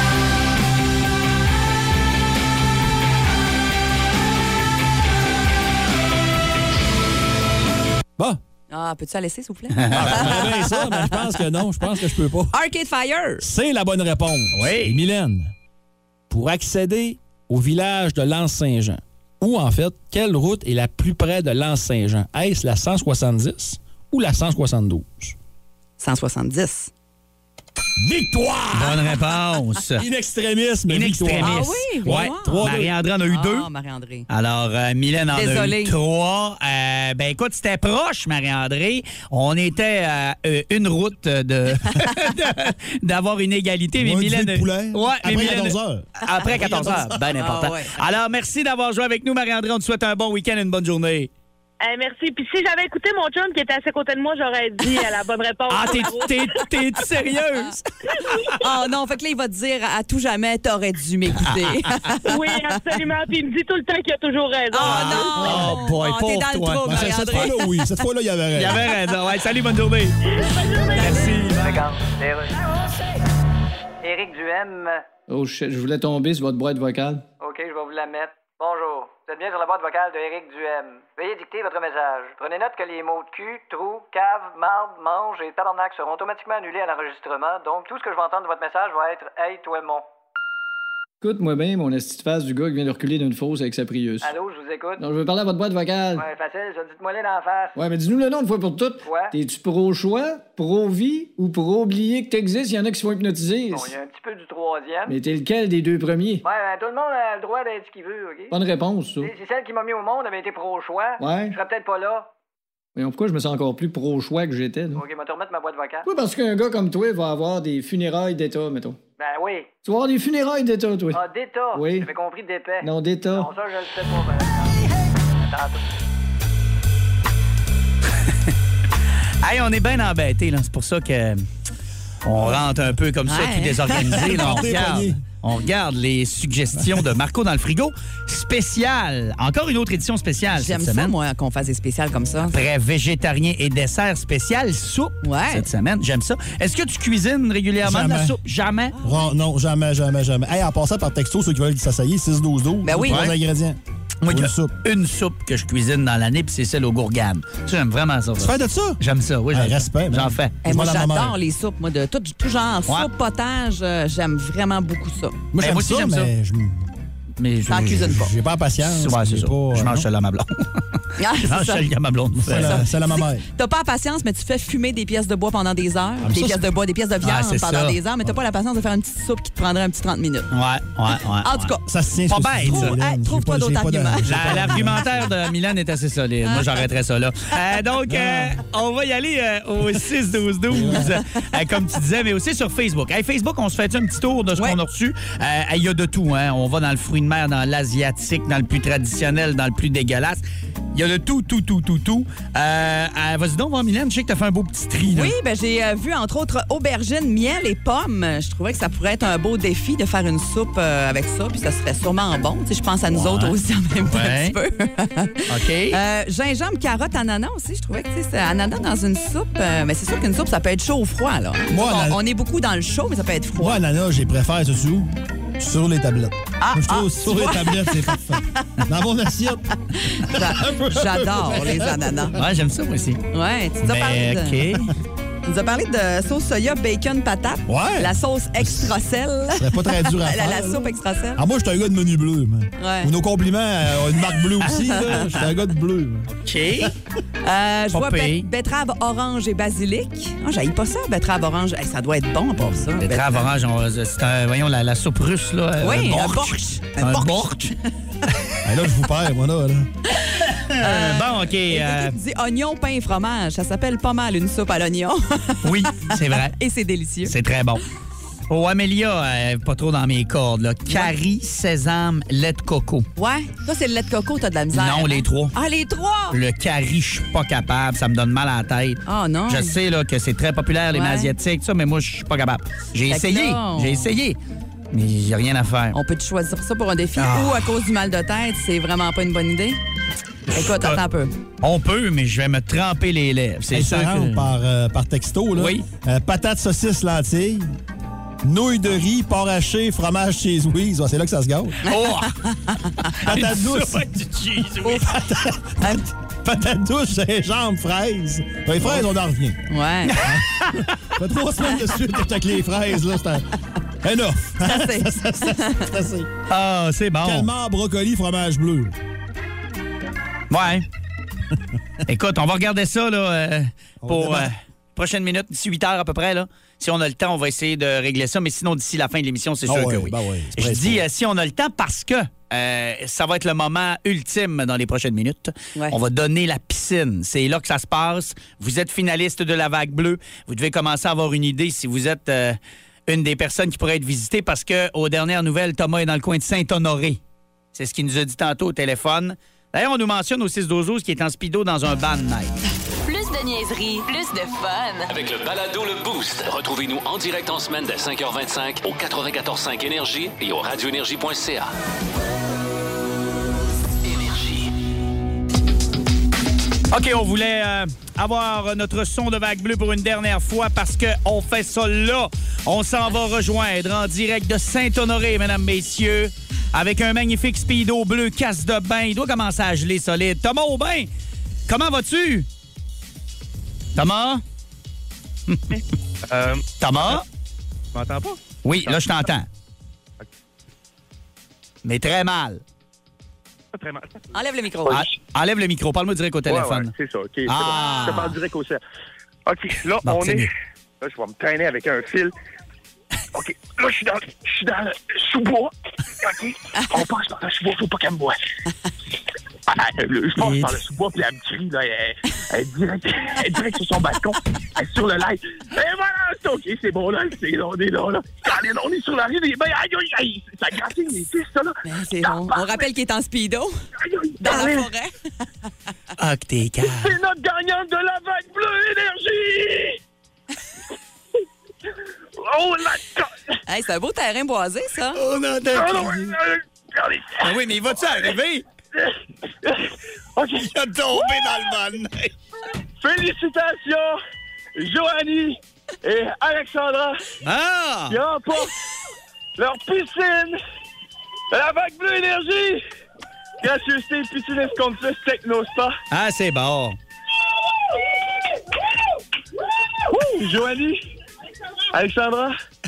Bon. Ah, peux-tu la laisser, s'il vous plaît? J'aimerais bien ça, mais je pense que non. Je pense que je peux pas. Arcade Fire. C'est la bonne réponse. Oui. Et Mylène, pour accéder au village de L'Anse-Saint-Jean, ou en fait, quelle route est la plus près de L'Anse-Saint-Jean? Est-ce la 170 ou la 172? 170. Victoire! Bonne réponse. In extremis, mais victoire. Ah oui? Ouais. 3-2. Marie-André en a eu 2. Ah, Marie-André. Alors, Mylène en Désolée. a eu 3. Ben écoute, c'était proche, Marie-André. On était à une route d'avoir une égalité. Mais Mylène... Poulet. Ouais, après mais 14 heures. Après 14 heures. Ben important. ouais. Alors, merci d'avoir joué avec nous, Marie-André. On te souhaite un bon week-end et une bonne journée. Merci. Puis si j'avais écouté mon chum qui était à côté de moi, j'aurais dit à la bonne réponse. Ah, t'es sérieuse? Oh non, fait que là, il va te dire à tout jamais, t'aurais dû m'écouter. Oui, absolument. Puis il me dit tout le temps qu'il a toujours raison. Oh non! Oh boy, t'es pauvre dans le toi. trouble, Cette Marie-André. fois-là, oui. Cette fois-là, il y avait raison. Il avait raison. Ouais, salut, bonne journée. Merci. Éric Duhem. Oh shit, je voulais tomber sur votre boîte vocale. OK, je vais vous la mettre. Bonjour. Vous êtes bien sur la boîte vocale de Éric Duhem. Veuillez dicter votre message. Prenez note que les mots de cul, trou, cave, marde, mange et tabarnak seront automatiquement annulés à l'enregistrement. Donc, tout ce que je vais entendre de votre message va être « Hey, toi, mon ». Écoute-moi bien, mon esti de face du gars qui vient de reculer d'une fosse avec sa Prius. Allô, je vous écoute. Non, je veux parler à votre boîte vocale. Ouais, facile, ça, dites-moi-les d'en face. Ouais, mais dis-nous le nom une fois pour toutes. Quoi? T'es-tu pro-choix, pro-vie ou pro-oublier que t'existes? Il y en a qui se font hypnotiser. Bon, il y a un petit peu du troisième. Mais t'es lequel des deux premiers? Ouais, ben, tout le monde a le droit d'être ce qu'il veut, OK? Bonne réponse, ça. Si celle qui m'a mis au monde avait été pro-choix, Ouais. je serais peut-être pas là. Mais pourquoi je me sens encore plus pro-choix que j'étais, là? OK, je vais te remettre ma boîte vocale. Oui, parce qu'un gars comme toi va avoir des funérailles d'État, mettons. Ben oui. Tu vas avoir des funérailles d'État, toi. Ah, d'État. Oui. J'avais compris d'épais. Non, d'État. Non, ça, je le sais pas, par exemple. Tantôt. Hey, on est bien embêtés, là. C'est pour ça que on rentre un peu comme ça, Ouais. tout désorganisé. Là. Portez poignées. On regarde les suggestions de Marco dans le frigo. Spécial. Encore une autre édition spéciale J'aime cette ça, semaine. moi, qu'on fasse des spéciales comme ça. Après végétarien et dessert spécial, soupe Ouais. cette semaine. J'aime ça. Est-ce que tu cuisines régulièrement de la Jamais. soupe? Jamais. Non, jamais. Hey, en passant par texto, ceux qui veulent s'assailler, 6-12-12. Ben oui. 3 Ouais. ingrédients. Moi, il y a Une soupe. une soupe que je cuisine dans l'année, puis c'est celle au gourgane. Ça, j'aime vraiment ça. Tu fais de ça? J'aime ça, oui. j'en- Respect. J'en man. fais. Moi, Demande à ma j'adore mère. les soupes, moi, de tout genre. Ouais. Soupe, potage, j'aime vraiment beaucoup ça. Moi, Ben, j'aime moi aussi, ça, j'aime ça. mais Mais je T'en cuisines pas. j'ai pas la patience. Ouais, c'est j'ai ça. pas, Je mange non. celle à ma blonde. Ah, Je mange c'est ça. celle à ma blonde. C'est la ma mère. T'as pas la patience, mais tu fais fumer des pièces de bois pendant des heures. mais Des ça, pièces de bois, des pièces de viande c'est pendant ça. des heures, mais t'as pas la patience de faire une petite soupe qui te prendrait un petit 30 minutes. Ouais. En tout cas, Ça se tient Pas sur ce bête, site, ça. Mylène. Hey, trouve-toi J'ai pas- d'autres j'ai pas de- arguments. j'ai pas L'argumentaire de Mylène est assez solide. Moi, j'arrêterais ça là. Donc, on va y aller au 6-12-12, comme tu disais, mais aussi sur Facebook. Hey, Facebook, on se fait un petit tour de ce Ouais. qu'on a reçu. Il y a de tout. Hein. On va dans le fruit de mer, dans l'asiatique, dans le plus traditionnel, dans le plus dégueulasse. Il y a le tout. Vas-y donc, Mylène, je sais que t'as fait un beau petit tri. Là. Oui, ben j'ai vu, entre autres, aubergines, miel et pommes. Je trouvais que ça pourrait être un beau défi de faire une soupe avec ça, puis ça serait sûrement bon. Tu sais, je pense à nous autres aussi en même temps un petit peu. OK. Gingembre, carotte, ananas aussi. Je trouvais que c'est ananas dans une soupe. Mais c'est sûr qu'une soupe, ça peut être chaud ou froid. Là. Moi, on est beaucoup dans le chaud, mais ça peut être froid. Moi, ananas, j'ai préféré ça sur les tablettes. Je trouve sur les tablettes, c'est parfait. Dans mon assiette. J'adore les ananas. Ouais, j'aime ça, moi aussi. Ouais, tu nous as parlé de... Tu nous as parlé de sauce soya, bacon, patate. Ouais. La sauce extra sel. Ça serait pas très dur à faire. La soupe extra sel. Ah, moi, j'étais un gars de menu bleu. Ouais. Ou nos compliments à une marque bleue aussi. J'étais un gars de bleu. OK. Je vois betterave orange et basilic. Oh, j'haïs pas ça, betterave orange. Hey, ça doit être bon pour ça. Betterave orange, c'est voyons, la soupe russe, là. Oui, un borsch. Un borsch. Là, je vous perds, moi, là. Bon, OK. Tu dis oignon, pain et fromage. Ça s'appelle pas mal une soupe à l'oignon. Oui, c'est vrai. Et c'est délicieux. C'est très bon. Oh, Amélia, pas trop dans mes cordes, là. Carrie, sésame, lait de coco. Ouais. Toi, c'est le lait de coco, t'as de la misère. Non, les trois. Ah, les trois? Le carrie, je suis pas capable. Ça me donne mal à la tête. Ah, non. Je sais, là, que c'est très populaire, les asiatiques, ça, mais moi, je suis pas capable. J'ai essayé. Mais j'ai rien à faire. On peut te choisir ça pour un défi ou à cause du mal de tête, c'est vraiment pas une bonne idée? Écoute, attends un peu. On peut, mais je vais me tremper les lèvres. C'est sûr que... par texto, là. Oui. Patates, saucisses, lentilles, nouilles de riz, porc haché, fromage cheese whiz. C'est là que ça se gâte. Oh! Patates douces. Patates douces, gingembre, fraises. Les fraises, on en revient. Ouais. Ça fait 3 semaines de suite avec les fraises, là. C'est enough. C'est assez. Ah, c'est bon. Calmar, brocoli, fromage bleu. Ouais. Écoute, on va regarder ça là, pour prochaine minute, d'ici 8 heures à peu près. Là. Si on a le temps, on va essayer de régler ça. Mais sinon, d'ici la fin de l'émission, c'est sûr que oui. Je dis si on a le temps parce que ça va être le moment ultime dans les prochaines minutes. Ouais. On va donner la piscine. C'est là que ça se passe. Vous êtes finaliste de la vague bleue. Vous devez commencer à avoir une idée si vous êtes une des personnes qui pourrait être visitée parce que aux dernières nouvelles, Thomas est dans le coin de Saint-Honoré. C'est ce qu'il nous a dit tantôt au téléphone. D'ailleurs, on nous mentionne au 6-12-12 qui est en speedo dans un ban de neige. Plus de niaiserie, plus de fun. Avec le balado Le Boost. Retrouvez-nous en direct en semaine dès 5h25 au 94.5 Énergie et au radioénergie.ca. Énergie. OK, on voulait avoir notre son de vague bleue pour une dernière fois parce qu'on fait ça là. On s'en va rejoindre en direct de Saint-Honoré, mesdames, messieurs. Avec un magnifique speedo bleu, casse de bain. Il doit commencer à geler solide. Thomas Aubin, comment vas-tu? Thomas? Thomas? Tu m'entends pas? Oui, là, je t'entends. Okay. Mais très mal. Très mal. Enlève le micro. Enlève le micro. Parle-moi direct au téléphone. Ouais, c'est ça. OK. C'est bon. Je te parle direct au ciel. OK. Là, bon, on est... Là, je vais me traîner avec un fil. OK. Là, je suis dans le sous-bois. OK. On passe par le sous-bois. Faut pas qu'elle me voie. Je passe par le sous-bois, puis elle me crie, là. Elle est direct sur son balcon. Elle est sur le live. Et voilà, c'est OK, c'est bon, là. On est là, là. On est sur la rue. Aïe, ça gratine les fils, ça, là. Ben, c'est bon. On rappelle qu'il est en speedo. Dans la forêt. Ah, que t'es calme. C'est notre gagnante de la vague bleue énergie! Oh, la... Hey, c'est un beau terrain boisé, ça. On entend. Ah oui, mais il va-tu arriver? OK. Il a tombé dans le ban. Félicitations, Joanie et Alexandra qui remportent leur piscine de la vague bleue énergie. Gracieuseté Pisciniste Complexe Technospa. Ah, c'est bon. Joanie, Alexandra.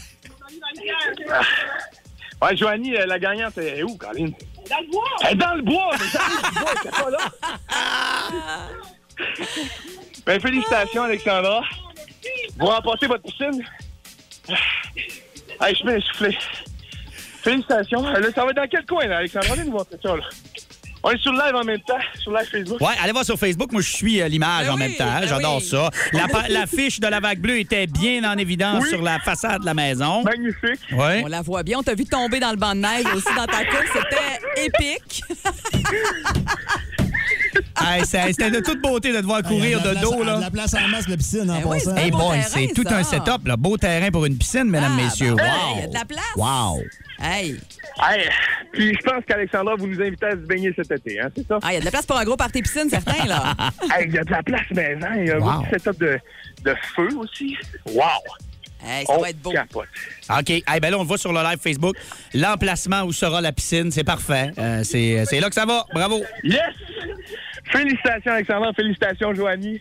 Ouais, Joanie, la gagnante, elle est où, Colin? Dans le bois! Elle est dans le bois! Mais j'arrive du bois, elle était pas là! Ben, félicitations, Alexandra. Vous remportez votre piscine. Hey, je suis bien essoufflé. Félicitations. Là, ça va être dans quel coin, là, Alexandra? Allez nous montrer ça, là. On est sur le live en même temps, sur le live Facebook. Ouais, allez voir sur Facebook. Moi, je suis l'image en même temps. J'adore ça. L'affiche de la vague bleue était bien en évidence sur la façade de la maison. Magnifique. Ouais. On la voit bien. On t'a vu tomber dans le banc de neige aussi dans ta course. C'était épique. C'était de toute beauté de te voir courir de dos. De la place en masse de la piscine en passant. Hey boy, c'est tout un setup. Là. Beau terrain pour une piscine, mesdames, messieurs. Wow! Il y a de la place. Wow! Hey! Puis je pense qu'Alexandra, vous nous invitez à se baigner cet été, hein, c'est ça? Il y a de la place pour un gros party piscine, certain, là. Il y a de la place maison. Il y a un petit setup de feu aussi. Wow! Ça va être beau. Capote. OK. Ben là, on le voit sur le live Facebook. L'emplacement où sera la piscine, c'est parfait. C'est là que ça va. Bravo. Yes! Félicitations, Alexandra. Félicitations, Joanie.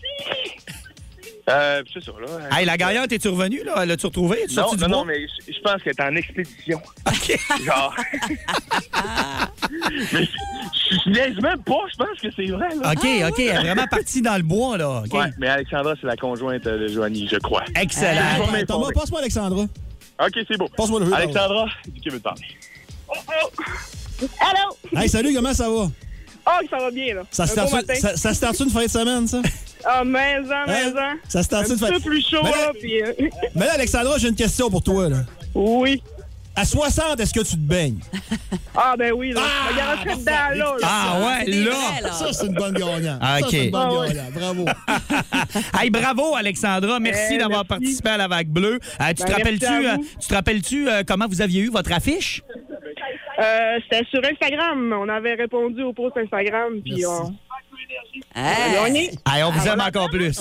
C'est ça, là. La gagnante, es-tu revenue, là? L'as-tu retrouvée? Non, mais je pense qu'elle est en expédition. OK. Genre. Mais je niaise même pas, je pense que c'est vrai, là. OK. Elle est vraiment partie dans le bois, là. Okay. Ouais, mais Alexandra, c'est la conjointe de Joanie, je crois. Excellent. Thomas, passe-moi Alexandra. OK, c'est beau. Passe-moi le jeu. Alexandra, dis qui veut te parler. Allô? Hey, salut, comment ça va? Ça va bien, là. Ça se tente une fin de semaine, ça? Maison. Ça se tente une fin de semaine. Un peu plus chaud, là, puis... Mais là, Alexandra, j'ai une question pour toi, là. Oui. À 60, est-ce que tu te baignes? Ben oui, là. Je me garocherais dedans, là. Là! Ça, c'est une bonne gagnante. OK. Ça, c'est une bonne gagnante. Bravo. Bravo, Alexandra. Merci d'avoir participé à la Vague Bleue. Tu te rappelles-tu comment vous aviez eu votre affiche? C'était sur Instagram. On avait répondu au post Instagram, puis on vous aime encore plus.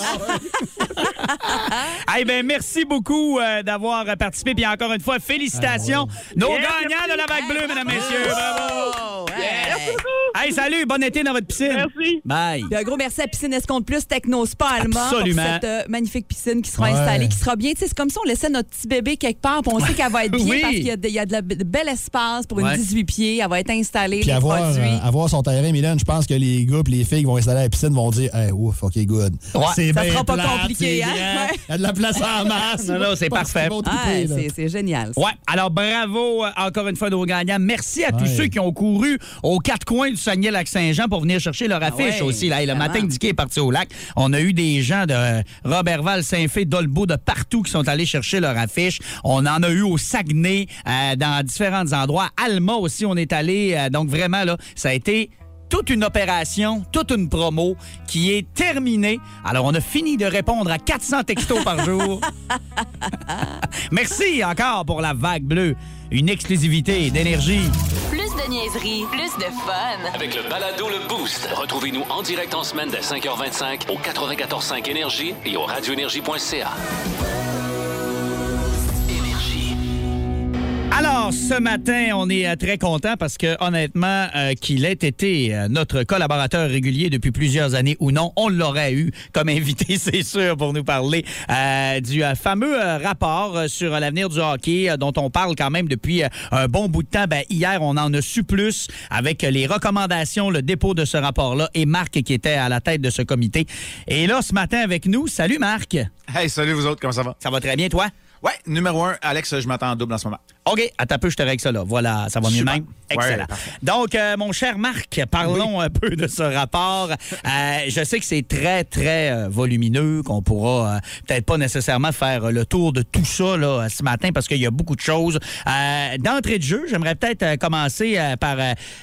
Merci beaucoup d'avoir participé. Puis encore une fois, félicitations. Nos gagnants de la Vague Bleue, mesdames, messieurs. Bravo. Salut, bon été dans votre piscine. Merci. Bye. Puis un gros merci à Piscine Escompte Plus Techno Spa Allemand. Absolument. Pour cette magnifique piscine qui sera installée, qui sera bien. Tu sais, c'est comme si on laissait notre petit bébé quelque part, puis on sait qu'elle va être bien parce qu'il y a de bel espace pour une 18 pieds. Elle va être installée. Puis avoir son terrain, Mylène, je pense que les gars et les filles qui vont installer la piscine vont dire ouf, OK, good. Ça sera pas compliqué, hein? Il y a de la place en masse. Non, c'est parfait. C'est génial. Ouais, alors bravo encore une fois nos gagnants. Merci à tous ceux qui ont couru aux quatre coins du Saguenay-Lac-Saint-Jean pour venir chercher leur affiche aussi. Là. Et le matin, Dicky est parti au lac. On a eu des gens de Robertval, Saint-Fé, d'Olbeau, de partout qui sont allés chercher leur affiche. On en a eu au Saguenay, dans différents endroits. Alma aussi, on est allé. Donc vraiment, là, ça a été toute une opération, toute une promo qui est terminée. Alors, on a fini de répondre à 400 textos par jour. Merci encore pour la Vague Bleue. Une exclusivité d'énergie. Plus de niaiserie, plus de fun. Avec le balado Le Boost. Retrouvez-nous en direct en semaine dès 5h25 au 94.5 Énergie et au radioénergie.ca. Alors, ce matin, on est très content parce que, honnêtement, qu'il ait été notre collaborateur régulier depuis plusieurs années ou non, on l'aurait eu comme invité, c'est sûr, pour nous parler du fameux rapport sur l'avenir du hockey dont on parle quand même depuis un bon bout de temps. Hier, on en a su plus avec les recommandations, le dépôt de ce rapport-là et Marc qui était à la tête de ce comité. Et là, ce matin avec nous, salut Marc. Hey, salut vous autres, comment ça va? Ça va très bien, toi? Ouais, numéro 1, Alex, je m'attends en double en ce moment. OK, attends un peu, je te règle ça là. Voilà, ça va mieux même. Excellent. Ouais, donc, mon cher Marc, parlons un peu de ce rapport. Je sais que c'est très, très volumineux, qu'on pourra peut-être pas nécessairement faire le tour de tout ça là, ce matin parce qu'il y a beaucoup de choses. D'entrée de jeu, j'aimerais peut-être commencer par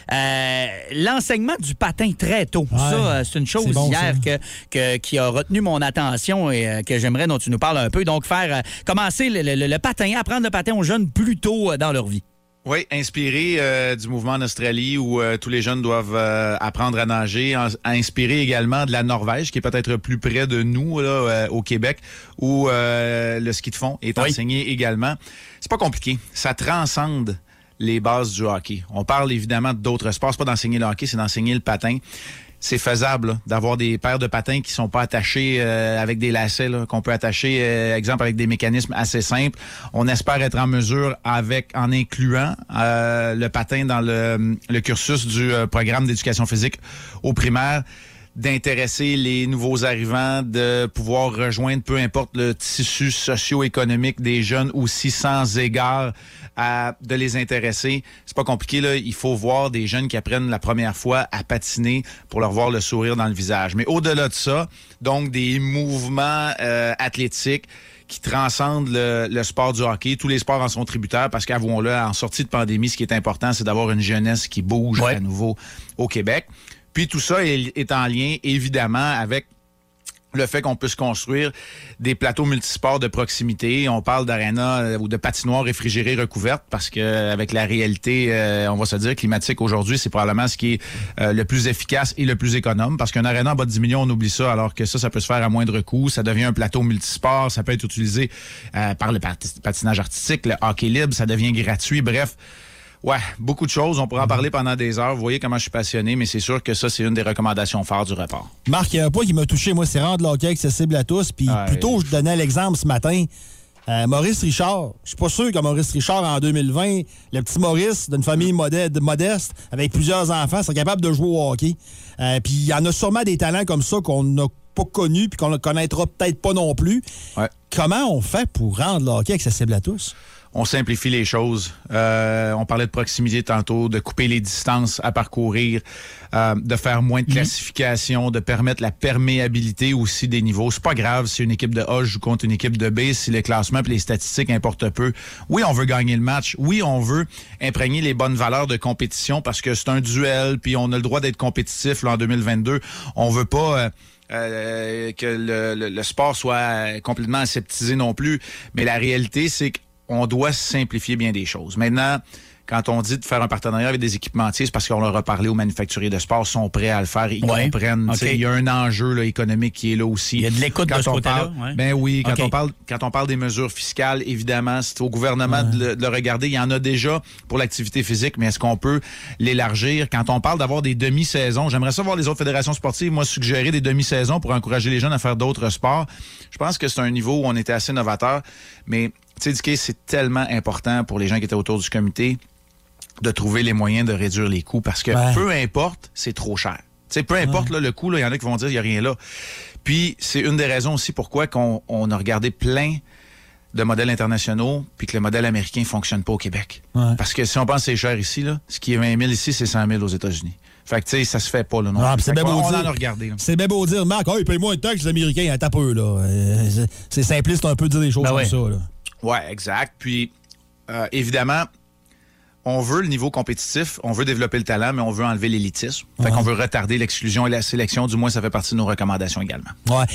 l'enseignement du patin très tôt. Ouais, ça, c'est une chose hier qui a retenu mon attention et que j'aimerais dont tu nous parles un peu. Donc, commencer le patin, apprendre le patin aux jeunes plus tôt dans leur vie. Oui, inspiré du mouvement en Australie où tous les jeunes doivent apprendre à nager, inspiré également de la Norvège qui est peut-être plus près de nous là, au Québec où le ski de fond est enseigné également. C'est pas compliqué, ça transcende les bases du hockey. On parle évidemment d'autres sports, c'est pas d'enseigner le hockey, c'est d'enseigner le patin. C'est faisable là, d'avoir des paires de patins qui sont pas attachés avec des lacets, là, qu'on peut attacher, exemple, avec des mécanismes assez simples. On espère être en mesure, en incluant le patin dans le cursus du programme d'éducation physique au primaire, d'intéresser les nouveaux arrivants, de pouvoir rejoindre peu importe le tissu socio-économique des jeunes aussi sans égard de les intéresser. C'est pas compliqué, là. Il faut voir des jeunes qui apprennent la première fois à patiner pour leur voir le sourire dans le visage. Mais au-delà de ça, donc des mouvements athlétiques qui transcendent le sport du hockey. Tous les sports en sont tributaires parce qu'avouons-le, en sortie de pandémie, ce qui est important, c'est d'avoir une jeunesse qui bouge à nouveau au Québec. Puis tout ça est en lien, évidemment, avec le fait qu'on puisse construire des plateaux multisports de proximité. On parle d'arénas ou de patinoires réfrigérées recouvertes parce que avec la réalité, on va se dire, climatique aujourd'hui, c'est probablement ce qui est le plus efficace et le plus économe parce qu'un aréna en bas de 10 millions, on oublie ça, alors que ça peut se faire à moindre coût. Ça devient un plateau multisport. Ça peut être utilisé par le patinage artistique, le hockey libre. Ça devient gratuit. Bref, ouais, beaucoup de choses. On pourra en parler pendant des heures. Vous voyez comment je suis passionné, mais c'est sûr que ça, c'est une des recommandations phares du report. Marc, il y a un point qui m'a touché, moi, c'est rendre le hockey accessible à tous. Puis plutôt, je donnais l'exemple ce matin. Maurice Richard. Je suis pas sûr que Maurice Richard, en 2020, le petit Maurice d'une famille modeste, avec plusieurs enfants, serait capable de jouer au hockey. Puis il y en a sûrement des talents comme ça qu'on n'a pas connus puis qu'on ne connaîtra peut-être pas non plus. Ouais. Comment on fait pour rendre le hockey accessible à tous? On simplifie les choses. On parlait de proximité tantôt, de couper les distances à parcourir, de faire moins de classification, de permettre la perméabilité aussi des niveaux. C'est pas grave si une équipe de A joue contre une équipe de B, si le classement et les statistiques importent peu. Oui, on veut gagner le match. Oui, on veut imprégner les bonnes valeurs de compétition parce que c'est un duel, puis on a le droit d'être compétitif là, en 2022. On veut pas... que le sport soit complètement aseptisé non plus. Mais la réalité, c'est qu'on doit simplifier bien des choses. Maintenant, quand on dit de faire un partenariat avec des équipementiers, c'est parce qu'on leur a parlé aux manufacturiers de sport, sont prêts à le faire, ils comprennent. Okay. Il y a un enjeu là, économique qui est là aussi. Il y a de l'écoute de ce côté-là. Ben oui, quand on parle des mesures fiscales, évidemment, c'est au gouvernement de le regarder. Il y en a déjà pour l'activité physique, mais est-ce qu'on peut l'élargir? Quand on parle d'avoir des demi-saisons, j'aimerais ça voir les autres fédérations sportives, moi, suggérer des demi-saisons pour encourager les jeunes à faire d'autres sports. Je pense que c'est un niveau où on était assez novateur, mais tu sais, Dicky, c'est tellement important pour les gens qui étaient autour du comité de trouver les moyens de réduire les coûts parce que peu importe, c'est trop cher. T'sais, peu importe là, le coût, il y en a qui vont dire il n'y a rien là. Puis c'est une des raisons aussi pourquoi on a regardé plein de modèles internationaux puis que le modèle américain ne fonctionne pas au Québec. Ouais. Parce que si on pense que c'est cher ici, là, ce qui est 20 000 ici, c'est 100 000 aux États-Unis. Fait que, tu sais, ça se fait pas, là, non. C'est bien beau on dire. en a regardé. Là. C'est bien beau dire, Marc, ils payent moins de taxes que les Américains, à peu, là. C'est simpliste un peu de dire des choses comme ça, là. Ouais, exact. Puis, évidemment, on veut le niveau compétitif, on veut développer le talent, mais on veut enlever l'élitisme. Fait qu'on veut retarder l'exclusion et la sélection. Du moins, ça fait partie de nos recommandations également.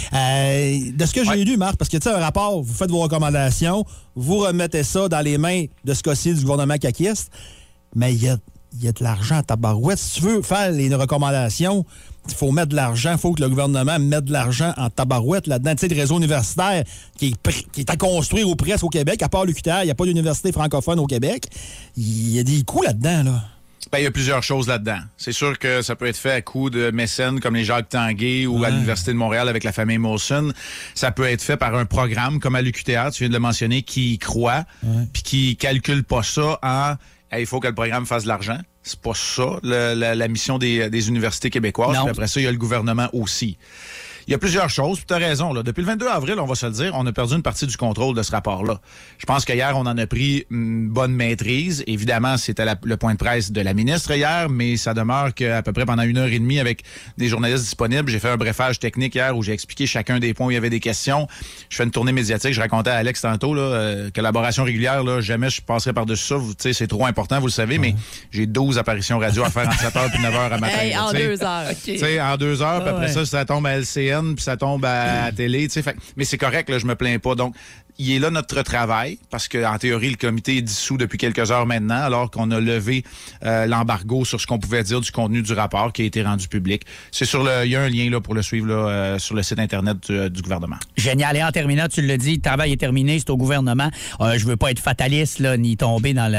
Ouais. De ce que j'ai lu, Marc, parce que, tu sais, un rapport, vous faites vos recommandations, vous remettez ça dans les mains de ce cas-ci du gouvernement caquiste, mais il y a de l'argent à tabarouette. Si tu veux faire les recommandations, il faut mettre de l'argent, il faut que le gouvernement mette de l'argent en tabarouette là-dedans. Tu sais, le réseau universitaire qui est à construire ou presque au Québec, à part l'UQTR, il n'y a pas d'université francophone au Québec. Il y a des coûts là-dedans, là. Ben, il y a plusieurs choses là-dedans. C'est sûr que ça peut être fait à coup de mécènes comme les Jacques Tanguay ou à l'Université de Montréal avec la famille Molson. Ça peut être fait par un programme comme à l'UQTR, tu viens de le mentionner, qui y croit puis qui calcule pas ça en... il faut que le programme fasse de l'argent. C'est pas ça, la mission des universités québécoises. Puis après ça, il y a le gouvernement aussi. Il y a plusieurs choses. Tu as raison. Là. Depuis le 22 avril, on va se le dire, on a perdu une partie du contrôle de ce rapport-là. Je pense qu'hier, on en a pris une bonne maîtrise. Évidemment, c'était le point de presse de la ministre hier, mais ça demeure qu'à peu près pendant 1h30 avec des journalistes disponibles, j'ai fait un brefage technique hier où j'ai expliqué chacun des points où il y avait des questions. Je fais une tournée médiatique. Je racontais à Alex tantôt, là, collaboration régulière, là, jamais je passerai par-dessus ça. Tu sais, c'est trop important, vous le savez, mais j'ai 12 apparitions radio à faire entre 7h et 9h à matin. En 2 heures. Tu sais, en 2 heures, puis après ça tombe à LCN, puis ça tombe à la télé, tu sais. Mais c'est correct, là, je me plains pas. Donc, il est là notre travail, parce qu'en théorie, le comité est dissous depuis quelques heures maintenant, alors qu'on a levé l'embargo sur ce qu'on pouvait dire du contenu du rapport qui a été rendu public. C'est il y a un lien là, pour le suivre là, sur le site Internet du gouvernement. Génial. Et en terminant, tu le dis, le travail est terminé, c'est au gouvernement. Je veux pas être fataliste, là, ni tomber dans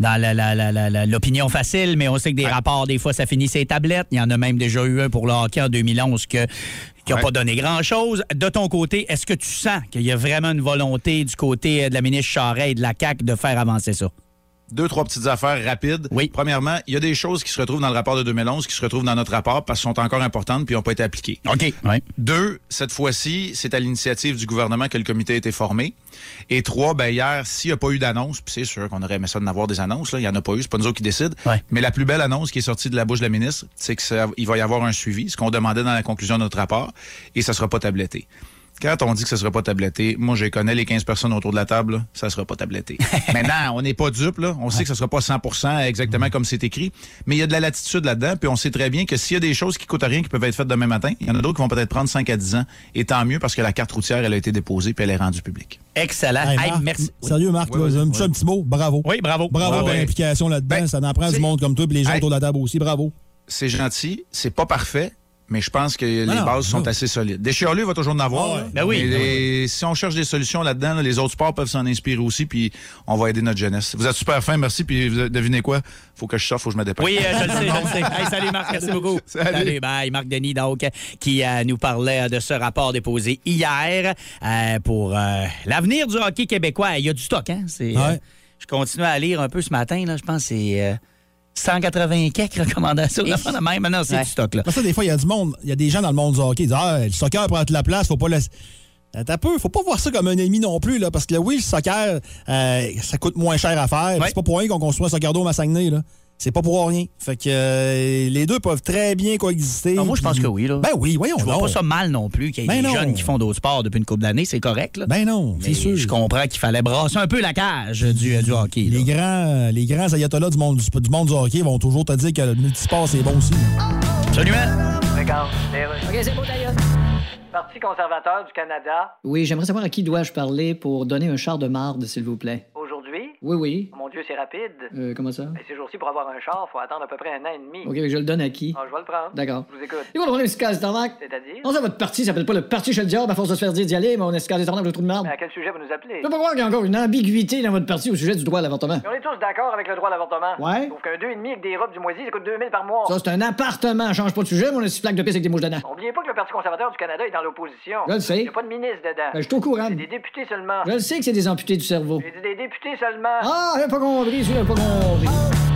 l'opinion facile, mais on sait que des rapports, des fois, ça finit ses tablettes. Il y en a même déjà eu un pour le hockey en 2011 qui n'a pas donné grand-chose. De ton côté, est-ce que tu sens qu'il y a vraiment une volonté du côté de la ministre Charest et de la CAQ de faire avancer ça? 2-3 petites affaires rapides. Oui. Premièrement, il y a des choses qui se retrouvent dans le rapport de 2011 qui se retrouvent dans notre rapport parce qu'elles sont encore importantes puis n'ont pas été appliquées. OK. Ouais. 2, cette fois-ci, c'est à l'initiative du gouvernement que le comité a été formé. Et 3, ben hier, s'il n'y a pas eu d'annonce, puis c'est sûr qu'on aurait aimé ça d'en avoir des annonces, là, il n'y en a pas eu, c'est pas nous autres qui décident. Ouais. Mais la plus belle annonce qui est sortie de la bouche de la ministre, c'est qu'il va y avoir un suivi, ce qu'on demandait dans la conclusion de notre rapport, et ça ne sera pas tabletté. Quand on dit que ça ne sera pas tabletté, moi, je connais les 15 personnes autour de la table, là, ça ne sera pas tabletté. Maintenant, on n'est pas dupe, là. On sait que ça ne sera pas 100% exactement comme c'est écrit, mais il y a de la latitude là-dedans, puis on sait très bien que s'il y a des choses qui coûtent rien, qui peuvent être faites demain matin, il y en a d'autres qui vont peut-être prendre 5 à 10 ans, et tant mieux parce que la carte routière, elle a été déposée puis elle est rendue publique. Excellent. Hey, Marc, merci. Sérieux, Marc, un petit mot, bravo. Oui, bravo. Bravo pour l'implication là-dedans. Ça en prend du monde comme toi, puis les gens autour de la table aussi. Bravo. C'est gentil, c'est pas parfait, mais je pense que les bases sont assez solides. Des chialeux, il va toujours en avoir. Ben oui. Mais si on cherche des solutions là-dedans, là, les autres sports peuvent s'en inspirer aussi, puis on va aider notre jeunesse. Vous êtes super fin, merci. Puis devinez quoi? Faut que je sorte, faut que je me dépêche. Oui, je le sais. Hey, salut Marc, merci beaucoup. Salut, bye. Marc Denis, donc, qui nous parlait de ce rapport déposé hier pour l'avenir du hockey québécois. Il y a du stock, hein? Je continue à lire un peu ce matin, là. Je pense que c'est 180 quelques recommandations de même. Maintenant, c'est du stock, là. Ça, des fois, il y a du monde, il y a des gens dans le monde du hockey qui disent le soccer prend toute la place, faut pas laisser. Faut pas voir ça comme un ennemi non plus, là, parce que oui, le soccer, ça coûte moins cher à faire. C'est pas pour rien qu'on construit un soccer dôme à Saguenay, là. C'est pas pour rien. Fait que les deux peuvent très bien coexister. Non, moi, je pense que oui. Là. Ben oui, voyons. Je vois pas ça mal non plus qu'il y ait des jeunes qui font d'autres sports depuis une couple d'années. C'est correct. Là. Ben non, c'est sûr. Je comprends qu'il fallait brasser un peu la cage du hockey. Les grands ayatollahs du monde du hockey vont toujours te dire que le multisport, c'est bon aussi. Absolument. Regarde, OK, c'est beau d'ailleurs. Parti conservateur du Canada. Oui, j'aimerais savoir à qui dois-je parler pour donner un char de marde, s'il vous plaît. Aujourd'hui? Oui. Oh, mon Dieu, c'est rapide. Comment ça? Ces jours-ci, pour avoir un char, faut attendre à peu près 1 an et demi. OK, mais je le donne à qui? Je vais le prendre. D'accord. Je vous écoute. Et voilà, on est escalé tarnac. C'est-à-dire? On sait votre parti s'appelle pas le parti chez le diable à force de se faire dire d'y aller, mais on est escalé tarnac le trou de marde. Mais à quel sujet vous nous appelez? Je peux pas croire qu'il y a encore une ambiguïté dans votre parti au sujet du droit à l'avortement. Mais on est tous d'accord avec le droit à l'avortement. Ouais. Sauf qu'un 2,5 avec des robes du moisi, ça coûte 2000 par mois. Ça, c'est un appartement. Change pas de sujet, mais on a 6 flaques de pisse avec des mouches dedans. N'oubliez pas que le Parti conservateur du Canada est dans l'opposition. Je le sais. Il n'y a pas de ministre dedans. Je suis au courant. C'est des députés seulement. Je le sais que c'est des amputés du cerveau. J'ai dit des députés seulement. Ah, j'ai pas compris, celui-là, pas compris.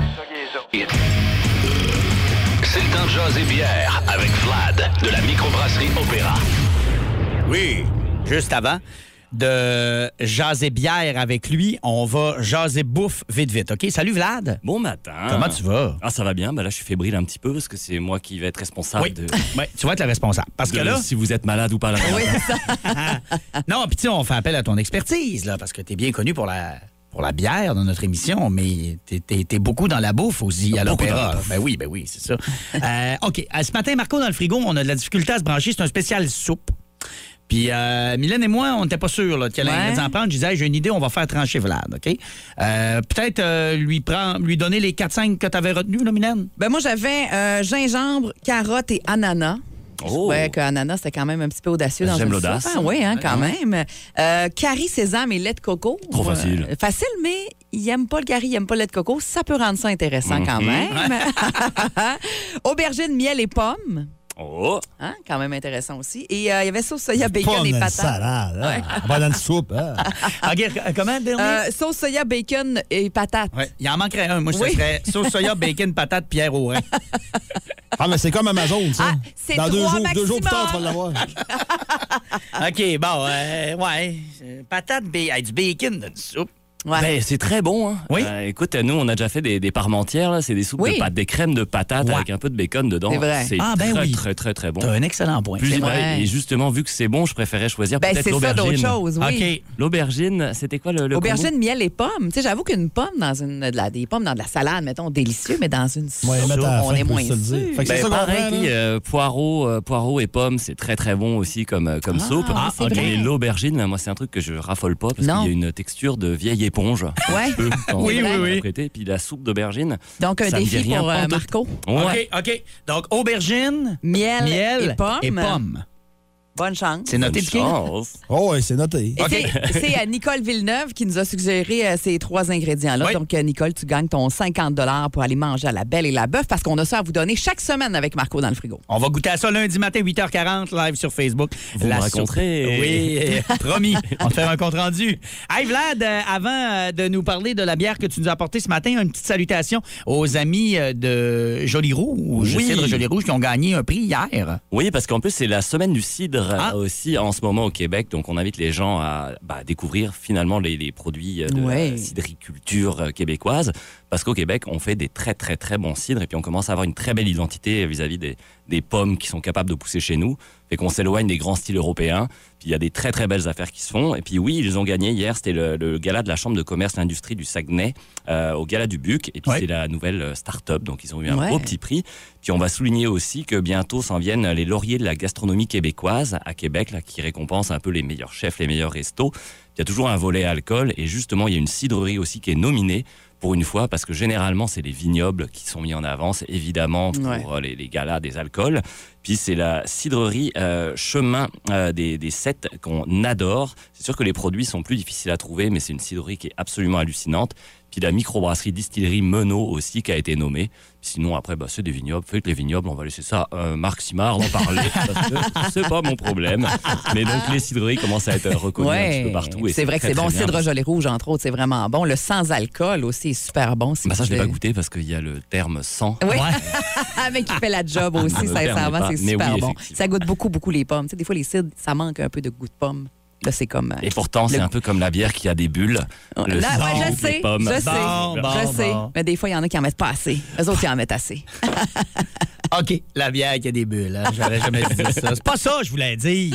C'est le temps de jaser bière avec Vlad de la microbrasserie Opéra. Oui, juste avant de jaser bière avec lui, on va jaser bouffe vite, OK? Salut Vlad. Bon matin. Comment tu vas? Ah, ça va bien. Ben là, je suis fébrile un petit peu parce que c'est moi qui vais être responsable de... Oui, tu vas être le responsable. Parce que là... Si vous êtes malade ou pas. Oui, c'est ça. Non, puis tu sais, on fait appel à ton expertise, là, parce que t'es bien connu pour la bière dans notre émission, mais t'es beaucoup dans la bouffe aussi à l'Opéra. Ben oui, c'est ça. OK. Ce matin, Marco, dans le frigo, on a de la difficulté à se brancher. C'est un spécial soupe. Puis Mylène et moi, on n'était pas sûrs de quel ingrédient prendre. Je disais, j'ai une idée, on va faire trancher Vlad, OK? Peut-être lui donner les 4-5 que tu avais retenus, là, Mylène? Ben moi, j'avais gingembre, carotte et ananas. Je trouvais que ananas, c'était quand même un petit peu audacieux dans une soupe. J'aime l'audace. Oui, quand même. Curry, sésame et lait de coco. Trop facile. Facile, mais il n'aime pas le curry, il n'aime pas le lait de coco. Ça peut rendre ça intéressant quand même. Aubergine, miel et pommes. Oh! Hein? Quand même intéressant aussi. Et il y avait sauce soya, bacon et patates. Salade, hein? On va dans une soupe. Hein? OK, comment, dernier? Sauce soya, bacon et patates. Ouais, il en manquerait un. Moi, ce serait sauce soya, bacon, patates, Pierre Aurin. Ah, mais c'est comme Amazon, ça. Ah, c'est dans 2 jours plus tard, tu vas maximum. l'avoir. OK, bon, patates, du bacon dans une soupe. Ouais. Ben, c'est très bon. Hein. Oui. Écoute, nous, on a déjà fait des parmentières. Là. C'est des soupes de pâtes, des crèmes de patates avec un peu de bacon dedans. C'est vrai. C'est très bon. T'as un excellent point. Plus vrai. Et justement, vu que c'est bon, je préférais choisir peut-être c'est l'aubergine. ça d'autre chose, oui. OK. L'aubergine, c'était quoi le aubergine, combo? miel et pommes. Tu sais, j'avoue qu'une pomme des pommes dans de la salade, mettons, délicieux, mais dans une soupe, on est moins sûr. Fait que c'est ça pareil, poireaux et pommes, c'est très bon aussi comme soupe. Et l'aubergine, moi, c'est un truc que je raffole pas parce qu'il y a une texture de vieille éponge. Ouais. Oui. Puis la soupe d'aubergine. Donc, un défi pour Marco. Ouais. OK. Donc, aubergine, miel et pommes. Bonne chance. C'est noté, Piqué? Oh, oui, c'est noté. C'est Nicole Villeneuve qui nous a suggéré ces 3 ingrédients-là. Oui. Donc, Nicole, tu gagnes ton 50 $ pour aller manger à la Belle et la Bœuf parce qu'on a ça à vous donner chaque semaine avec Marco dans le frigo. On va goûter à ça lundi matin, 8h40, live sur Facebook. Vous me raconterez. Oui, promis. On va faire un compte-rendu. Hey, Vlad, avant de nous parler de la bière que tu nous as apportée ce matin, une petite salutation aux amis de Joli Rouge, Cidre Joli Rouge, qui ont gagné un prix hier. Oui, parce qu'en plus, c'est la semaine du cidre cidre aussi en ce moment au Québec. Donc, on invite les gens à découvrir finalement les produits de la cidriculture québécoise. Parce qu'au Québec, on fait des très, très, très bons cidres. Et puis, on commence à avoir une très belle identité vis-à-vis des pommes qui sont capables de pousser chez nous. Fait qu'on s'éloigne des grands styles européens. Puis, il y a des très, très belles affaires qui se font. Et puis, oui, ils ont gagné hier. C'était le gala de la Chambre de commerce et d'industrie du Saguenay au gala du Buc. Et puis, c'est la nouvelle start-up. Donc, ils ont eu un beau petit prix. Puis, on va souligner aussi que bientôt s'en viennent les lauriers de la gastronomie québécoise à Québec, là, qui récompensent un peu les meilleurs chefs, les meilleurs restos. Il y a toujours un volet alcool. Et justement, il y a une cidrerie aussi qui est nominée pour une fois, parce que généralement, c'est les vignobles qui sont mis en avance, évidemment, pour les galas des alcools. Puis c'est la cidrerie Chemin des Sept qu'on adore. C'est sûr que les produits sont plus difficiles à trouver, mais c'est une cidrerie qui est absolument hallucinante. Puis la microbrasserie distillerie Menot aussi qui a été nommée. Puis sinon, après, c'est des vignobles. Faites les vignobles, on va laisser ça Marc Simard en parler, parce que c'est pas mon problème. Mais donc, les cidreries commencent à être reconnues un petit peu partout. Et c'est vrai que c'est bon. Cidre Gelée Rouge, entre autres, c'est vraiment bon. Le sans-alcool aussi est super bon. Ça, je l'ai pas goûté parce qu'il y a le terme sans. Oui, mais qui fait la job aussi, sincèrement, c'est super bon. Ça goûte beaucoup, beaucoup les pommes. Tu sais, des fois, les cidres, ça manque un peu de goût de pomme. Là, c'est comme, et pourtant, c'est un peu comme la bière qui a des bulles. Je sais. Mais des fois, il y en a qui en mettent pas assez. Eux autres, ils en mettent assez. OK, la bière qui a des bulles. Hein? J'aurais jamais dit ça. C'est pas ça, je voulais dire.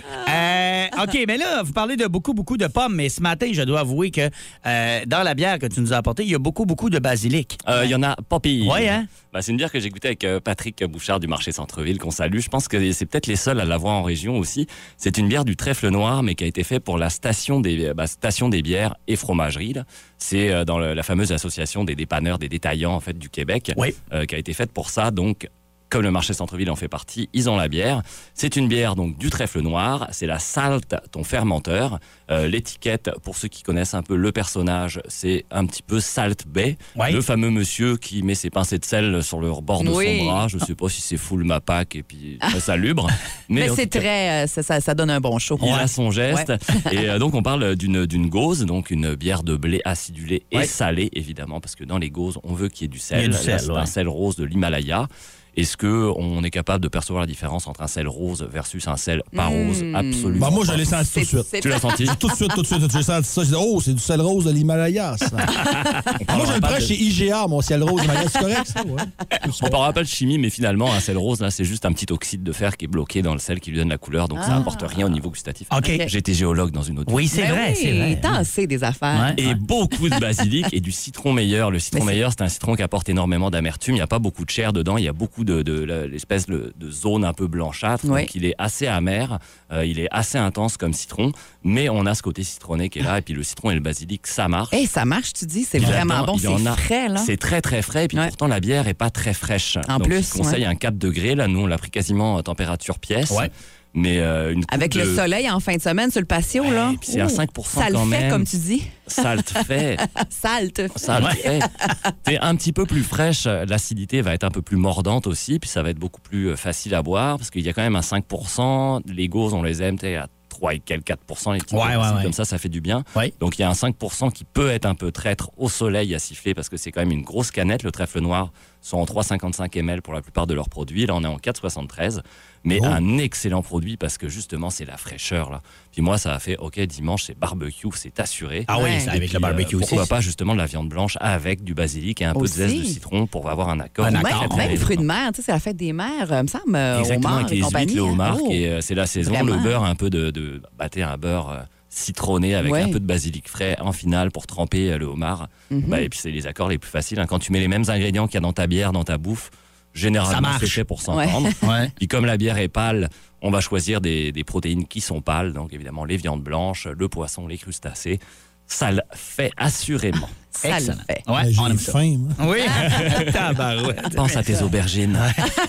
OK, mais là, vous parlez de beaucoup de pommes, mais ce matin, je dois avouer que dans la bière que tu nous as apportée, il y a beaucoup de basilic. Il y en a pas pire. Oui, hein? C'est une bière que j'ai goûtée avec Patrick Bouchard du marché Centre-Ville, qu'on salue. Je pense que c'est peut-être les seuls à l'avoir en région aussi. C'est une bière du trèfle noir, mais qui a été faite pour la station des bières et fromageries. Là. C'est dans la fameuse association des dépanneurs, des détaillants en fait du Québec, qui a été faite pour ça. Donc, comme le marché Centre-Ville en fait partie, ils ont la bière. C'est une bière donc du trèfle noir. C'est la Salt, ton fermenteur. L'étiquette, pour ceux qui connaissent un peu le personnage, c'est un petit peu Salt Bay. Le fameux monsieur qui met ses pincées de sel sur le bord de son bras. Je ne sais pas si c'est full Mapac et puis très salubre. Mais c'est très... ça donne un bon show. Il a son geste. Et donc, on parle d'une gauze, donc une bière de blé acidulée et salée, évidemment, parce que dans les gauzes, on veut qu'il y ait du sel. C'est un sel rose de l'Himalaya. Est-ce qu'on est capable de percevoir la différence entre un sel rose versus un sel pas rose? Absolument. Moi, je l'ai senti tout de suite. Tu l'as senti? Tout de suite. J'ai senti ça. J'ai dit, c'est du sel rose de l'Himalaya, ça. Moi, je le prends chez IGA, mon sel rose de l'Himalaya. C'est correct, ça? On ne parlera pas de chimie, mais finalement, un sel rose, là, c'est juste un petit oxyde de fer qui est bloqué dans le sel qui lui donne la couleur. Donc, ça n'apporte rien au niveau gustatif. J'ai été géologue dans une autre. Oui, c'est vrai. T'en sais des affaires. Et beaucoup de basilic et du citron meilleur. Le citron meilleur, c'est un citron qui apporte énormément d'amertume. Il n'y a pas beaucoup de chair dedans. Il y a beaucoup de l'espèce de zone un peu blanchâtre. Donc, il est assez amer. Il est assez intense comme citron. Mais on a ce côté citronné qui est là. Et puis, le citron et le basilic, ça marche. Ça marche, tu dis. C'est vraiment bon. C'est frais, là. C'est très, très frais. Et puis, pourtant, la bière n'est pas très fraîche. En plus, je conseille un 4 degrés. Là, nous, on l'a pris quasiment à température pièce. Mais avec le soleil en fin de semaine sur le patio, là. Puis c'est à 5% ça quand le fait, même. comme tu dis. Ça le fait. Ça le fait. Ça le fait. C'est un petit peu plus fraîche. L'acidité va être un peu plus mordante aussi. Puis ça va être beaucoup plus facile à boire parce qu'il y a quand même un 5%. Les gauzes, on les aime à 3 et quelques 4%. Les petits comme ça fait du bien. Donc il y a un 5% qui peut être un peu traître au soleil à siffler parce que c'est quand même une grosse canette. Le trèfle noir sont en 3,55 ml pour la plupart de leurs produits. Là, on est en 4,73. Mais un excellent produit parce que justement, c'est la fraîcheur. Là. Puis moi, ça a fait, OK, dimanche, c'est barbecue, c'est assuré. Ah oui, c'est avec le barbecue aussi. Pourquoi pas justement de la viande blanche avec du basilic et un peu de zeste de citron pour avoir un accord. Même fruits de mer, tu sais, c'est la fête des mers, me semble. Exactement, avec les huîtres, le homard, c'est la saison. Vraiment. Le beurre, un peu de battre un beurre citronné avec un peu de basilic frais en finale pour tremper le homard. Et puis, c'est les accords les plus faciles. Quand tu mets les mêmes ingrédients qu'il y a dans ta bière, dans ta bouffe, généralement, c'est fait pour s'entendre. Puis comme la bière est pâle, on va choisir des protéines qui sont pâles. Donc, évidemment, les viandes blanches, le poisson, les crustacés. Ça le fait assurément. Ça le fait. J'ai faim. Oui. Tabarouette. Pense à tes aubergines.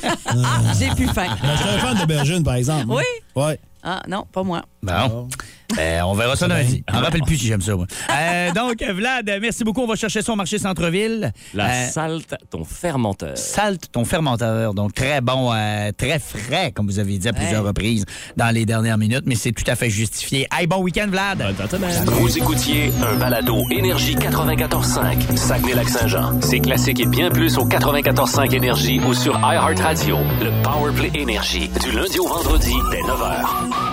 J'ai plus faim. Je suis un fan d'aubergines, par exemple. Oui? Oui. Ah non, pas moi. Bon. On verra ça lundi. Je m'en rappelle plus si j'aime ça, moi. Donc, Vlad, merci beaucoup. On va chercher ça au marché Centre-Ville. La Salt, ton fermenteur. Salt, ton fermenteur. Donc, très bon, très frais, comme vous avez dit à plusieurs reprises dans les dernières minutes, mais c'est tout à fait justifié. Hey, bon week-end, Vlad. Vous écoutiez un balado Énergie 94.5, Saguenay-Lac-Saint-Jean. C'est classique et bien plus au 94.5 Énergie ou sur iHeartRadio. Le Powerplay Énergie, du lundi au vendredi, dès 9h.